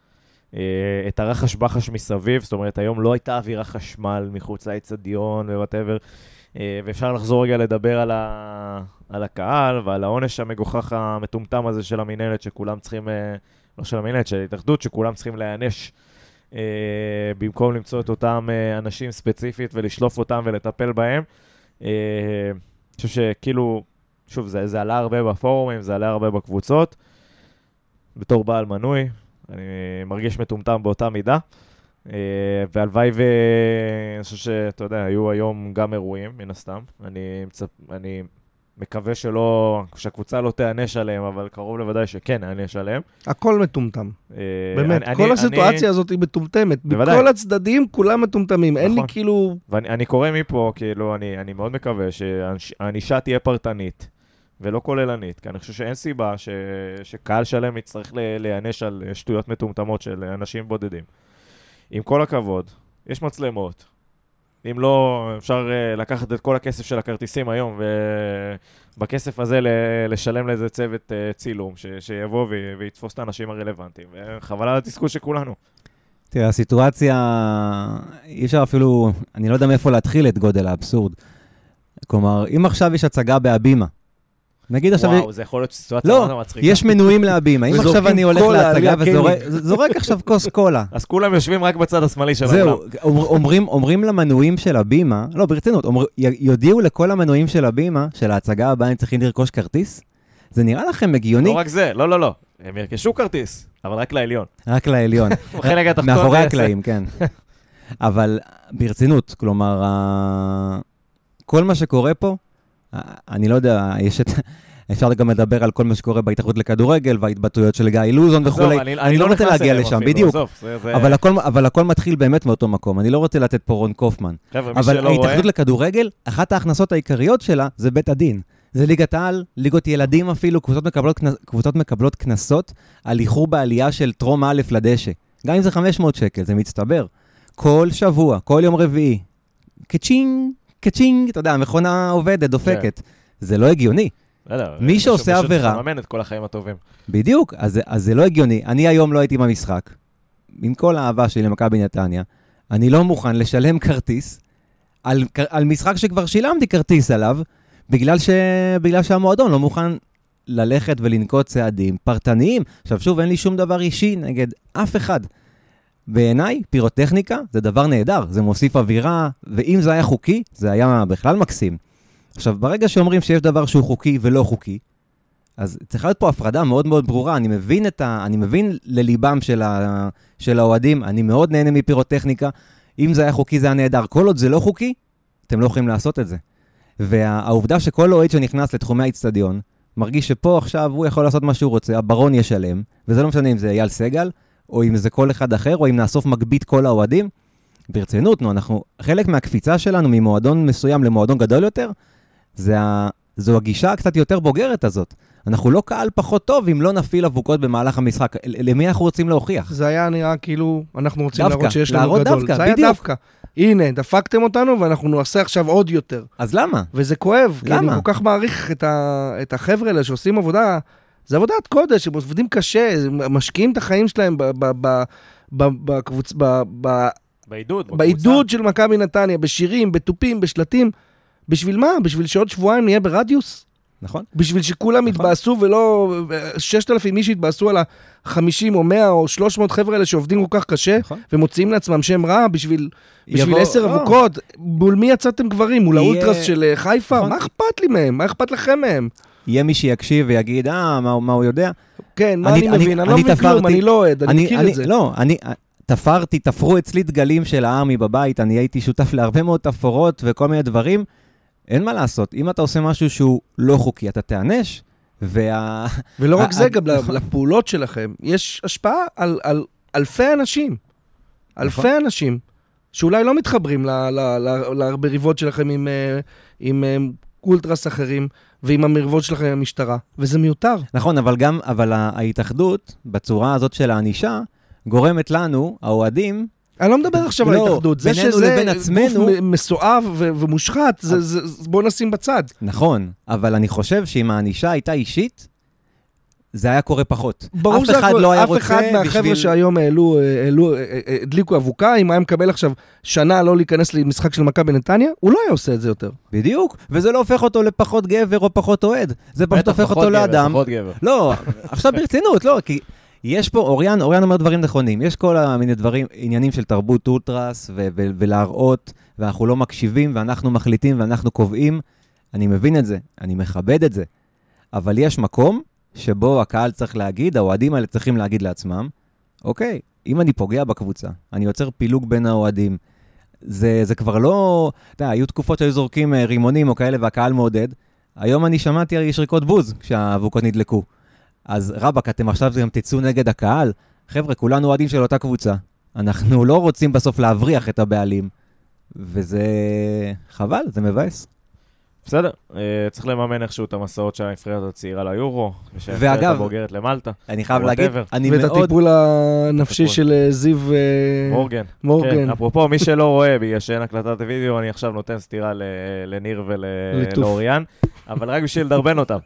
את הרחש בחש מסביב, זאת אומרת, היום לא הייתה אווירה חשמל מחוץ לאצטדיון ווואטאבר, ואפשר לחזור רגע לדבר על, ה... על הקהל ועל העונש המגוחך המטומטם הזה של המנהלת, שכולם צריכים, לא של המנהלת, של ההתאחדות, שכולם צריכים להיענש, במקום למצוא את אותם אנשים ספציפית ולשלוף אותם ולטפל בהם. אני חושב שכאילו, שוב, זה, זה עלה הרבה בפורומים, זה עלה הרבה בקבוצות, בתור בעל מנוי, אני מרגיש מטומטם באותה מידה, והלוואי ואני חושב שאתה יודע, היו היום גם אירועים, מן הסתם, אני, מצפ... אני מקווה שלא, שהקבוצה לא תענש עליהם, אבל קרוב לוודאי שכן נענש עליהם. הכל מטומטם. באמת, אני, כל אני, הסיטואציה אני... הזאת היא מטומטמת. בוודאי. בכל הצדדים כולם מטומטמים, נכון. אין לי כאילו... ואני קורא מפה, כאילו, אני, אני מאוד מקווה שהענישה תהיה פרטנית, ולא כוללנית, כי אני חושב שאין סיבה ש... שקהל שלם יצטרך להיענש על שטויות מטומטמות של אנשים בודדים. עם כל הכבוד, יש מצלמות. אם לא, אפשר לקחת את כל הכסף של הכרטיסים היום, ובכסף הזה לשלם לאיזה צוות צילום, ש... שיבוא ו... ויתפוס את האנשים הרלוונטיים. וחבל על התסכול שכולנו. תראה, הסיטואציה, אי אפשר אפילו, אני לא יודע מאיפה להתחיל את גודל האבסורד. כלומר, אם עכשיו יש הצגה בהבימה, נגיד עכשיו... וואו, זה יכול להיות סיטואציה לא, יש מנויים להבימה. אם עכשיו אני הולך להצגה וזורק עכשיו כוס קולה. אז כולם יושבים רק בצד השמאלי של העולם. זהו, אומרים למנויים של הבימה, לא, ברצינות, יודיעו לכל המנויים של הבימה, של ההצגה הבאה הם צריכים לרכוש כרטיס? זה נראה לכם הגיוני? לא רק זה, לא, לא, לא. הם ירכשו כרטיס, אבל רק לעליון. רק לעליון. מאחורי הקלעים, כן. אבל ברצינות, כלומר, כל מה שקורה פה, אני לא יודע, יש את... אפשר גם לדבר על כל מה שקורה בהתאחדות לכדורגל, וההתבטאויות של גיא לוזון וכולי. אני לא רוצה להגיע לשם, בדיוק. אבל הכל מתחיל באמת מאותו מקום. אני לא רוצה לתת פה רון קופמן. אבל ההתאחדות לכדורגל, אחת ההכנסות העיקריות שלה זה בית הדין. זה ליגת העל, ליגות ילדים אפילו, קבוצות מקבלות כנסות על איחור בעלייה של טרום א' לדשא. גם אם זה חמש מאות שקל, זה מצטבר. כל שבוע, כל יום רביעי, קצ'ינג, קצ'ינג, אתה יודע, המכונה עובדת, דופקת. זה לא הגיוני. מי שעושה עבירה... פשוט מממן את כל החיים הטובים. בדיוק, אז זה לא הגיוני. אני היום לא הייתי במשחק, עם כל האהבה שלי למכבי נתניה, אני לא מוכן לשלם כרטיס על משחק שכבר שילמתי כרטיס עליו, בגלל שהמועדון לא מוכן ללכת ולנקוט צעדים פרטניים. עכשיו שוב, אין לי שום דבר אישי נגד אף אחד. בעיניי, פירוטכניקה זה דבר נהדר, זה מוסיף אווירה, ואם זה היה חוקי, זה היה בכלל מקסים. עכשיו, ברגע שאומרים שיש דבר שהוא חוקי ולא חוקי, אז צריכה להיות פה הפרדה מאוד מאוד ברורה. אני מבין את ה... אני מבין לליבם של ה... של האוהדים, אני מאוד נהנה מפירוטכניקה. אם זה היה חוקי, זה היה נהדר. כל עוד זה לא חוקי, אתם לא יכולים לעשות את זה. והעובדה שכל אוהד שנכנס לתחומי האצטדיון, מרגיש שפה עכשיו הוא יכול לעשות מה שהוא רוצה, הברון ישלם, וזה לא משנה אם זה אייל סגל, או אם זה כל אחד אחר, או אם נאסוף מגבית כל האוהדים. ברצינות, נו, אנחנו, חלק מהקפיצה שלנו ממועדון מסוים למועדון גדול יותר, זה ה... זו הגישה הקצת יותר בוגרת הזאת. אנחנו לא קהל פחות טוב אם לא נפיל אבוקות במהלך המשחק. למי אנחנו רוצים להוכיח? זה היה נראה כאילו, אנחנו רוצים דווקא, להראות שיש לנו גדול. דווקא, זה היה בדיוק. דווקא. הנה, דפקתם אותנו ואנחנו נעשה עכשיו עוד יותר. אז למה? וזה כואב, למה? כי אני כל כך מעריך את, ה... את החבר'ה האלה שעושים עבודה, זה עבודת קודש, הם עובדים קשה, הם משקיעים את החיים שלהם ב... ב... ב... בקבוצ... ב... ב... בעידוד, בעידוד של מכבי נתניה, בשירים, בטופים, בשלטים. בשביל מה? בשביל שעוד שבועיים נהיה ברדיוס? נכון. בשביל שכולם יתבאסו ולא... ששת אלפים איש יתבאסו על ה-חמישים או מאה או שלוש מאות חבר'ה האלה שעובדים כל כך קשה, ומוציאים לעצמם שם רע בשביל עשר אבוקות. מול מי יצאתם גברים? מול האולטרס של חיפה? מה אכפת לי מהם? מה אכפת לכם מהם? יהיה מי שיקשיב ויגיד, אה, מה הוא יודע? כן, מה אני מבין? אני לא מבין כלום, אני לא אוהד, אני מכיר את זה. לא, אני... תפרתי, תפרו אצלי דגלים של העמי בבית, אני הייתי שותף להרבה מאוד תפורות וכל מיני דברים, אין מה לעשות. אם אתה עושה משהו שהוא לא חוקי, אתה תענש, וה... ולא רק זה, גם לפעולות שלכם, יש השפעה על, על אלפי אנשים, אלפי אנשים, שאולי לא מתחברים למריבות שלכם עם, עם אולטרס אחרים, ועם המריבות שלכם עם המשטרה, וזה מיותר. נכון, אבל גם, אבל ההתאחדות, בצורה הזאת של האנישה, גורמת לנו, האוהדים, אני לא מדבר עכשיו על ההתאחדות, זה שזה גוף מסואב ומושחת, בוא נשים בצד. נכון, אבל אני חושב שאם האנישה הייתה אישית, זה היה קורה פחות. ברור שאף אחד מהחבר'ה שהיום העלו, הדליקו אבוקה, אם היה מקבל עכשיו שנה לא להיכנס למשחק של מכבי נתניה, הוא לא היה עושה את זה יותר. בדיוק, וזה לא הופך אותו לפחות גבר או פחות אוהד, זה פשוט הופך אותו לאדם. לא, עכשיו ברצינות, לא, כי יש פה, אוריאן, אוריאן אומר דברים נכונים, יש כל מיני דברים, עניינים של תרבות אולטרס ולהראות, ואנחנו לא מקשיבים, ואנחנו מחליטים, ואנחנו קובעים, אני מבין את זה, אני מכבד את זה, אבל יש מקום שבו הקהל צריך להגיד, האוהדים האלה צריכים להגיד לעצמם, אוקיי, אם אני פוגע בקבוצה, אני יוצר פילוג בין האוהדים, זה, זה כבר לא, אתה יודע, היו תקופות שהיו זורקים רימונים או כאלה, והקהל מעודד, היום אני שמעתי יש ריקות בוז כשהאבוקות נדלקו. אז רבק, אתם עכשיו גם תצאו נגד הקהל, חבר'ה, כולנו אוהדים של אותה קבוצה, אנחנו לא רוצים בסוף להבריח את הבעלים, וזה חבל, זה מבאס. בסדר, צריך לממן איכשהו את המסעות של הנבחרת הצעירה ליורו, ושהנבחרת הבוגרת למלטה. אני חייב להגיד, אני מאוד... ואת הטיפול הנפשי של זיו מורגן. מורגן. כן, אפרופו, מי שלא רואה, בגלל שאין הקלטת וידאו, אני עכשיו נותן סתירה לניר ולאוריאן, אבל רק בשביל לדרבן אותם.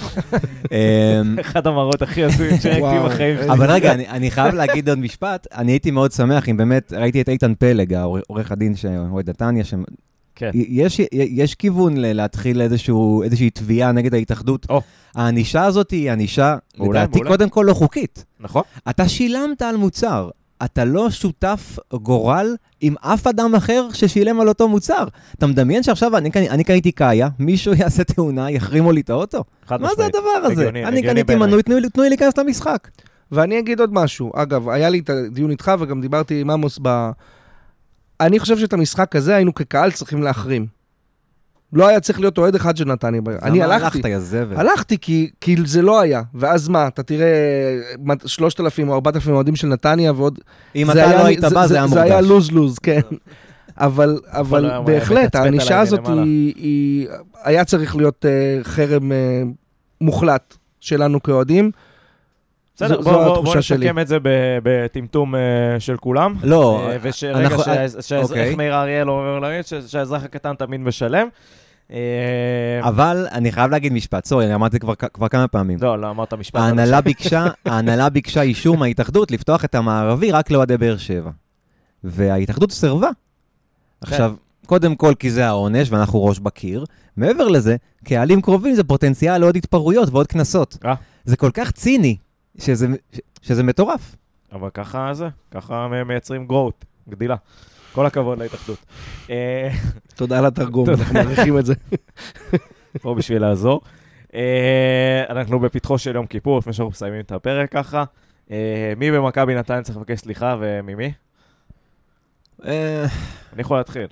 אחד המראות הכי עשויים שראיתי בחיים. אבל רגע, אני חייב להגיד עוד משפט, אני הייתי מאוד שמח אם באמת ראיתי את איתן פלג, העורך הדין שאוהד נתניה, כן. יש, יש כיוון להתחיל איזשהו, איזושהי תביעה נגד ההתאחדות. Oh. האנישה הזאת היא אנישה, לדעתי, קודם כל לא חוקית. נכון. אתה שילמת על מוצר. אתה לא שותף גורל עם אף אדם אחר ששילם על אותו מוצר. אתה מדמיין שעכשיו אני, אני קניתי קאיה, מישהו יעשה תאונה, יחרימו לי את האוטו. מה משמעית. זה הדבר הזה? הגיוני, אני קניתי מנוי, תנו, תנו לי להיכנס למשחק. ואני אגיד עוד משהו. אגב, היה לי את הדיון איתך וגם דיברתי עם עמוס ב... אני חושב שאת המשחק הזה היינו כקהל צריכים להחרים. לא היה צריך להיות אוהד אחד של נתניה. אני הלכתי. הלכתי כי זה לא היה. ואז מה, אתה תראה שלושת אלפים או ארבעת אלפים אוהדים של נתניה ועוד... אם אתה לא היית בא, זה היה מורגש. זה היה לוז-לוז, כן. אבל בהחלט, האנישה הזאת היא... היה צריך להיות חרם מוחלט שלנו כאוהדים. בסדר, בואו נשקם את זה בטמטום של כולם. לא. ורגע, איך מאיר אריאל אומר להגיד, שהאזרח הקטן תמיד משלם. אבל אני חייב להגיד משפט, סורי, אני אמרתי כבר כמה פעמים. לא, לא אמרת משפט. ההנהלה ביקשה אישור מההתאחדות לפתוח את המערבי רק לאוהדי באר שבע. וההתאחדות סרבה. עכשיו, קודם כל כי זה העונש ואנחנו ראש בקיר. מעבר לזה, קהלים קרובים זה פוטנציאל לעוד התפרעויות ועוד כנסות. זה כל כך ציני. שזה, שזה מטורף. אבל ככה זה, ככה מייצרים גרוט, גדילה. כל הכבוד להתאחדות. תודה על התרגום, אנחנו מעריכים את זה. פה בשביל לעזור. אנחנו בפתחו של יום כיפור, לפני שאנחנו מסיימים את הפרק ככה. מי במכבי נתניה צריך לבקש סליחה וממי? אני יכול להתחיל.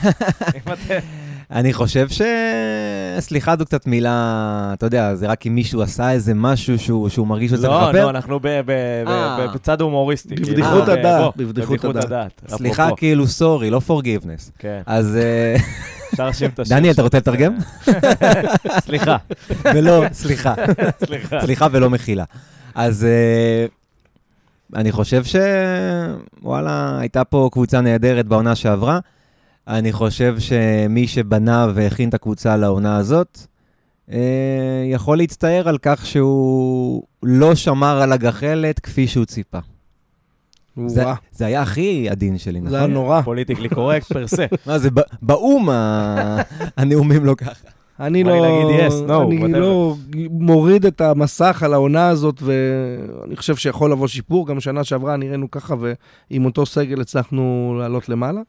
אני חושב שסליחה זו קצת מילה, אתה יודע, זה רק אם מישהו עשה איזה משהו שהוא מרגיש שזה לכפר. לא, לא, אנחנו בצד הומוריסטי. בבדיחות הדעת. בבדיחות הדעת. סליחה כאילו סורי, לא forgiveness. כן. אז... אפשר להשים את השם. דניאל, אתה רוצה לתרגם? סליחה. ולא, סליחה. סליחה. סליחה ולא מחילה. אז... אני חושב שוואלה, הייתה פה קבוצה נהדרת בעונה שעברה. אני חושב שמי שבנה והכין את הקבוצה לעונה הזאת, יכול להצטער על כך שהוא לא שמר על הגחלת כפי שהוא ציפה. זה, זה היה הכי עדין שלי, נכון? זה היה נורא. פוליטיקלי קורקט פרסה. מה זה, באום הנאומים לא ככה. אני לא, אני לא מוריד את המסך על העונה הזאת, ואני חושב שיכול לבוא שיפור. גם שנה שעברה נראינו ככה, ועם אותו סגל הצלחנו לעלות למעלה.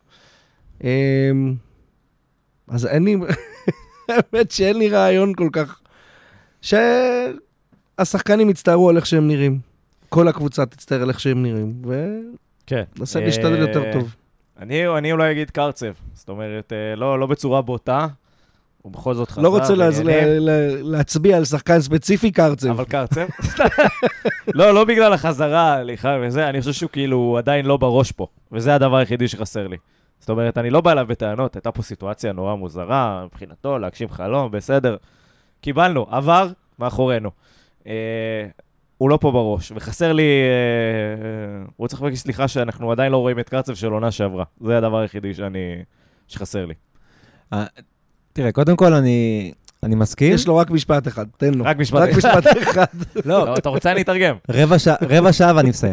אז אין לי, האמת שאין לי רעיון כל כך, שהשחקנים יצטערו על איך שהם נראים. כל הקבוצה תצטער על איך שהם נראים, וננסה להשתדל יותר טוב. אני אולי אגיד קרצב, זאת אומרת, לא בצורה בוטה, הוא בכל זאת חזר. לא רוצה להצביע על שחקן ספציפי קרצב. אבל קרצב? לא, לא בגלל החזרה, וזה, אני חושב שהוא כאילו עדיין לא בראש פה, וזה הדבר היחידי שחסר לי. זאת אומרת, אני לא בא אליו בטענות, הייתה פה סיטואציה נורא מוזרה, מבחינתו, להגשים חלום, בסדר. קיבלנו, עבר מאחורינו. הוא לא פה בראש, וחסר לי, אה, הוא צריך לבקש סליחה שאנחנו עדיין לא רואים את קרצב של עונה שעברה. זה הדבר היחידי שאני, שחסר לי. תראה, קודם כל אני, אני מסכים. יש לו רק משפט אחד, תן לו. רק משפט רק משפט אחד. לא, אתה רוצה אני אתרגם. רבע שעה, רבע שעה ואני מסיים.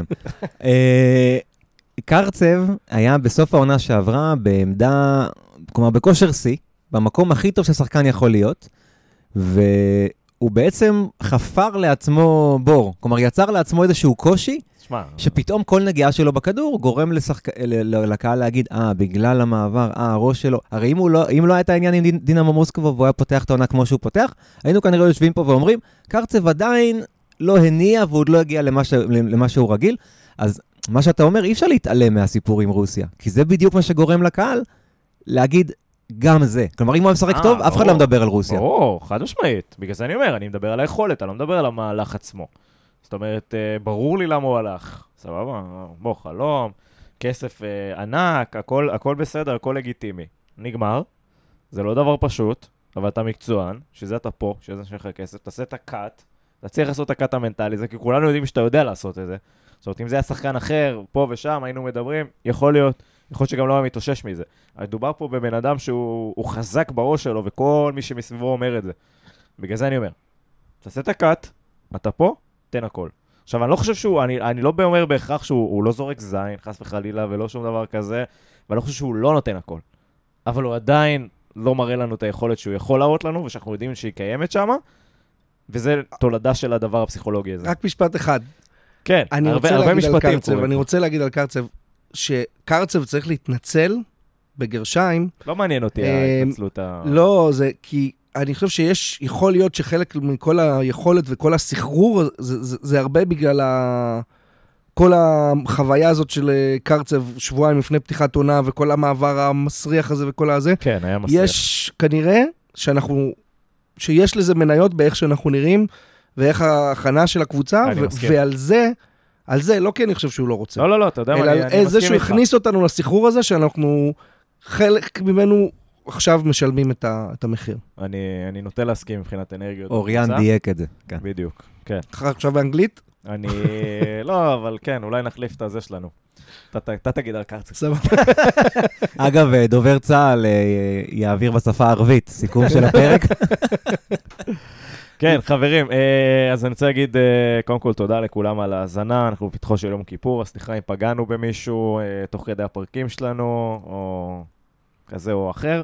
קרצב היה בסוף העונה שעברה בעמדה, כלומר בכושר C, במקום הכי טוב ששחקן יכול להיות, והוא בעצם חפר לעצמו בור, כלומר יצר לעצמו איזשהו קושי, שמה, שפתאום כל נגיעה שלו בכדור גורם לשחק... לקהל להגיד, אה, בגלל המעבר, אה, הראש שלו, הרי אם, לא... אם לא הייתה עניין עם דינמו מוסקבה והוא היה פותח את העונה כמו שהוא פותח, היינו כנראה יושבים פה ואומרים, קרצב עדיין לא הניע ועוד לא הגיע למה, ש... למה שהוא רגיל, אז מה שאתה אומר, אי אפשר להתעלם מהסיפור עם רוסיה, כי זה בדיוק מה שגורם לקהל להגיד, גם זה. כלומר, אם הוא משחק טוב, אף אחד לא מדבר על רוסיה. ברור, חד משמעית. בגלל זה אני אומר, אני מדבר על היכולת, אני לא מדבר על המהלך עצמו. זאת אומרת, ברור לי למה הוא הלך. סבבה, בוא, חלום, כסף ענק, הכל, הכל בסדר, הכל לגיטימי. נגמר, זה לא דבר פשוט, אבל אתה מקצוען, שזה אתה פה, שזה שלך כסף, תעשה את הקאט, אתה צריך לעשות את הקאט המנטלי, זה כי כולנו יודעים שאתה יודע לעשות את זה. זאת אומרת, אם זה היה שחקן אחר, פה ושם, היינו מדברים, יכול להיות, יכול להיות שגם לא היה מתאושש מזה. אבל דובר פה בבן אדם שהוא חזק בראש שלו, וכל מי שמסביבו אומר את זה. בגלל זה אני אומר, תעשה את הקאט, אתה פה, תן הכל. עכשיו, אני לא חושב שהוא, אני, אני לא אומר בהכרח שהוא לא זורק זין, חס וחלילה, ולא שום דבר כזה, ואני לא חושב שהוא לא נותן הכל. אבל הוא עדיין לא מראה לנו את היכולת שהוא יכול להראות לנו, ושאנחנו יודעים שהיא קיימת שם, וזה תולדה של הדבר הפסיכולוגי הזה. רק משפט אחד. כן, אני הרבה, רוצה הרבה להגיד משפטים. על קרצב, אני רוצה להגיד על קרצב, שקרצב צריך להתנצל בגרשיים. לא מעניין אותי ההתנצלות ה... לא, זה כי אני חושב שיש, יכול להיות שחלק מכל היכולת וכל הסחרור, זה, זה, זה הרבה בגלל ה... כל החוויה הזאת של קרצב שבועיים לפני פתיחת עונה, וכל המעבר המסריח הזה וכל הזה. כן, היה מסריח. יש כנראה שאנחנו, שיש לזה מניות באיך שאנחנו נראים, ואיך ההכנה של הקבוצה, ו- ועל זה, על זה, לא כי אני חושב שהוא לא רוצה. לא, לא, לא, אתה יודע מה, אני, אני מסכים איתך. זה שהוא הכניס אותנו לסחרור הזה, שאנחנו, חלק ממנו עכשיו משלמים את, ה- את המחיר. אני, אני נוטה להסכים מבחינת אנרגיות. אוריאן דייק את זה. כן. בדיוק, כן. עכשיו באנגלית? אני, לא, אבל כן, אולי נחליף את הזה שלנו. אתה תגיד על קרצב. אגב, דובר צה"ל יעביר בשפה הערבית, סיכום של הפרק. כן, חברים, אז אני רוצה להגיד, קודם כל תודה לכולם על ההאזנה, אנחנו בפתחו של יום כיפור, אז סליחה אם פגענו במישהו תוך כדי הפרקים שלנו, או כזה או אחר.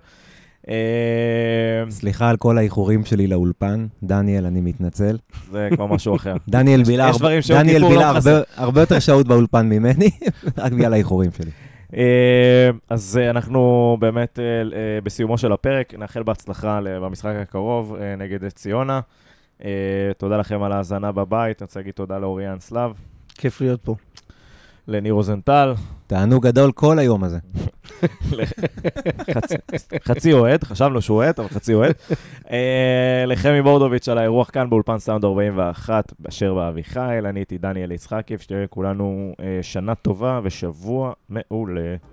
סליחה על כל האיחורים שלי לאולפן, דניאל, אני מתנצל. זה כבר משהו אחר. דניאל בילה הרבה יותר שעות באולפן ממני, רק בגלל האיחורים שלי. אז אנחנו באמת בסיומו של הפרק, נאחל בהצלחה במשחק הקרוב נגד ציונה. תודה לכם על ההאזנה בבית, אני רוצה להגיד תודה לאוריאן סלאב. כיף להיות פה. לניר רוזנטל. תענוג גדול כל היום הזה. חצי אוהד, חשבנו שהוא אוהד, אבל חצי אוהד. לחמי בורדוביץ' על האירוח כאן באולפן סאונד ארבעים ואחת, באשר באביחיל. אני הייתי דניאל יצחקי, שתהיה כולנו שנה טובה ושבוע מעולה.